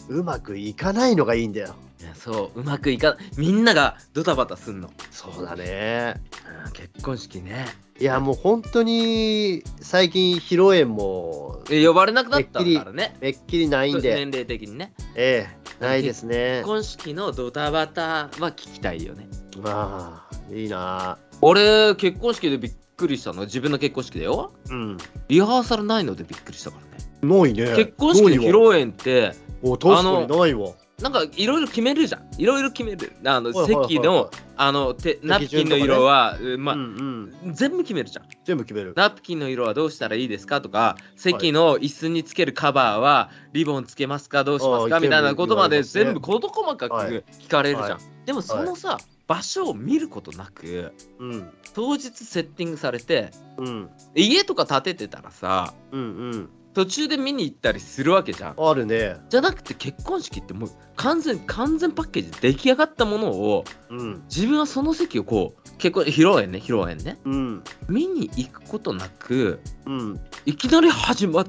うまくいかないのがいいんだよ。 いやそううまくいかみんながドタバタすんの。 そうだね、 うん、結婚式ね。 いやもう本当に最近披露宴も呼ばれなくなったからね。 めっきりないんで、 年齢的にね。 ええないですね。 結婚式のドタバタは聞きたいよね。 まあいいな。 俺結婚式でびっくりしたの自分の結婚式だよ。 うん。 リハーサルないのでびっくりしたからね。 ないね。 結婚式の披露宴ってお確かにないわ。 なんかいろいろ決めるじゃん。いろいろ決める。あの席のあのてナプキンの色は、ね、まあ、うんうん、全部決めるじゃん。 全部決める。 ナプキンの色はどうしたらいいですかとか、席の椅子につけるカバーはリボンつけますかどうしますかみたいなことまで全部事細かく聞かれるじゃん。はいはい、でもそのさ、はい、場所を見ることなく、うん、当日セッティングされて、うん、家とか建ててたらさ、うんうん途中で見に行ったりするわけじゃん。 あるね。 じゃなくて結婚式ってもう完全完全パッケージで出来上がったものを、うん、自分はその席をこう結婚披露宴ね披露宴ね、うん、見に行くことなく、うん、いきなり始まって。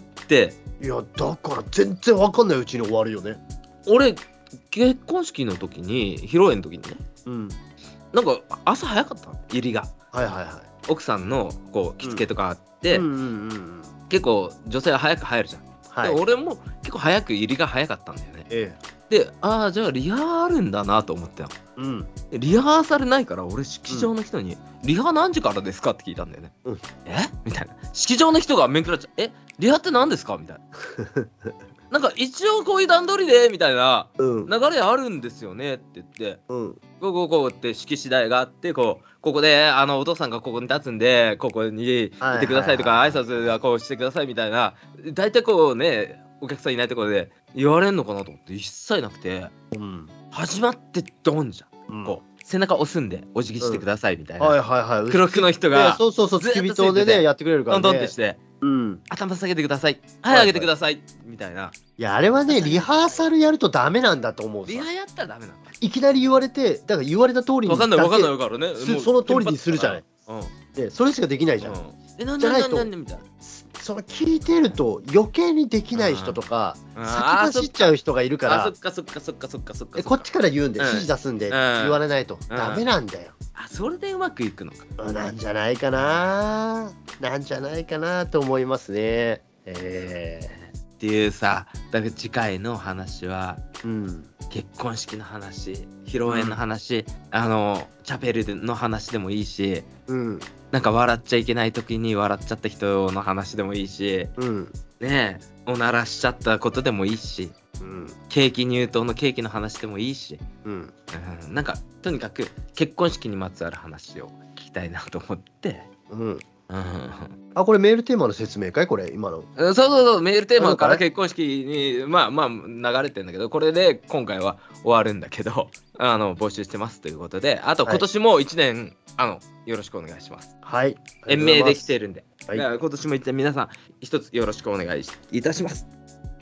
いやだから全然わかんないうちに終わるよね。 俺結婚式の時に披露宴の時にね、うん、なんか朝早かったの入りが。 はいはいはい。 奥さんのこう着付けとかあって、うんうんうんうん結構女性は早く入るじゃん、はい、で俺も結構早く入りが早かったんだよね、ええ、でああじゃあリハあるんだなと思ったよ、うん、リハーサルないから俺式場の人に、うん、リハ何時からですかって聞いたんだよね、うん、えみたいな式場の人が面食らっちゃうえリハって何ですかみたいななんか一応こういう段取りでみたいな流れあるんですよねって言って、うん、こうこうこうって式次第があってこうここであのお父さんがここに立つんでここにいてくださいとか挨拶はこうしてくださいみたいな大体こうねお客さんいないところで言われんのかなと思って一切なくて、うん、始まってドンじゃん、うん、こう背中押すんでお辞儀してくださいみたいな、うんはいはいはい、黒服の人がそうそうそう付き人でねやってくれるからねトントンってしてうん、頭下げてくださいはい上げてくださいみたいな。 いやあれはねリハーサルやるとダメなんだと思うさ。 リハやったらダメなのいきなり言われてだから言われた通りに分かんない分かんないからねその通りにするじゃない、うん、でそれしかできないじゃん、うん、 えなんでなんでなんでみたいなその聞いてると余計にできない人とか先走っちゃう人がいるからあそっかそっかそっかそっかそっかこっちから言うんで、うん、指示出すんで、うん、言われないとダメなんだよ。 あそれでうまくいくのかなんじゃないかななんじゃないかなと思いますね。えー、っていうさだから次回の話は、うん、結婚式の話披露宴の話、うん、あのチャペルの話でもいいし、うん、なんか笑っちゃいけない時に笑っちゃった人の話でもいいし、うん、ねえおならしちゃったことでもいいし、うん、ケーキ入刀のケーキの話でもいいし、うんうん、なんかとにかく結婚式にまつわる話を聞きたいなと思って、うんうん、 あこれメールテーマの説明かいこれ今の。 そうそうそうメールテーマから結婚式にまあまあ流れてんだけどこれで今回は終わるんだけどあの募集してますということであと今年もいちねん、はい、あのよろしくお願いします。 はい延命できてるんで、はい、今年も一皆さん一つよろしくお願いいたします。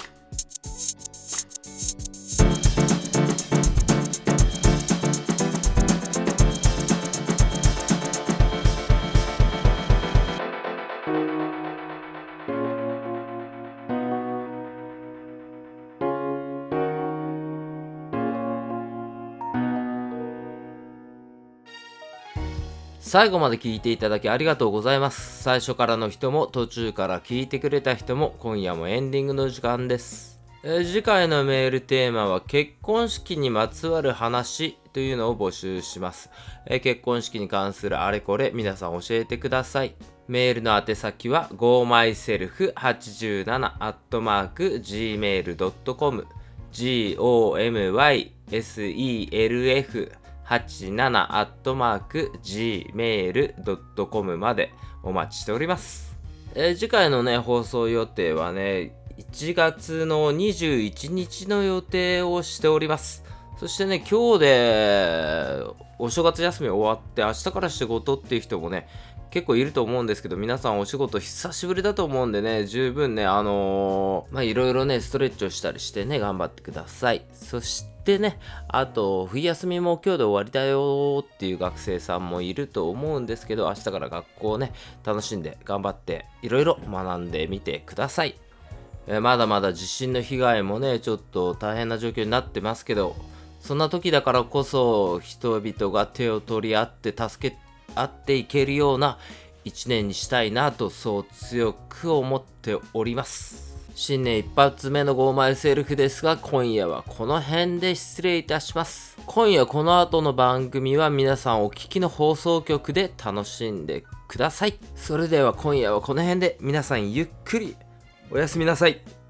最後まで聞いていただきありがとうございます。最初からの人も途中から聞いてくれた人も今夜もエンディングの時間です。えー、次回のメールテーマは結婚式にまつわる話というのを募集します。えー、結婚式に関するあれこれ皆さん教えてください。メールの宛先は ゴーマイセルフはちじゅうなな アットマーク ジーメール ドットコム ゴーマイセルフはちじゅうなな アットマーク ジーメール ドットコム までお待ちしております。えー、次回のね放送予定はねいちがつのにじゅういちにちの予定をしております。そしてね今日でお正月休み終わって明日から仕事っていう人もね結構いると思うんですけど皆さんお仕事久しぶりだと思うんでね十分ねあのー、まあいろいろねストレッチをしたりしてね頑張ってください。そしてねあと冬休みも今日で終わりだよっていう学生さんもいると思うんですけど明日から学校をね楽しんで頑張っていろいろ学んでみてください。 えー、まだまだ地震の被害もねちょっと大変な状況になってますけど、そんな時だからこそ人々が手を取り合って助け合っていけるような一年にしたいなと、そう強く思っております。新年一発目のゴーマイセルフですが、今夜はこの辺で失礼いたします。今夜この後の番組は皆さんお聞きの放送局で楽しんでください。それでは今夜はこの辺で皆さんゆっくりおやすみなさい。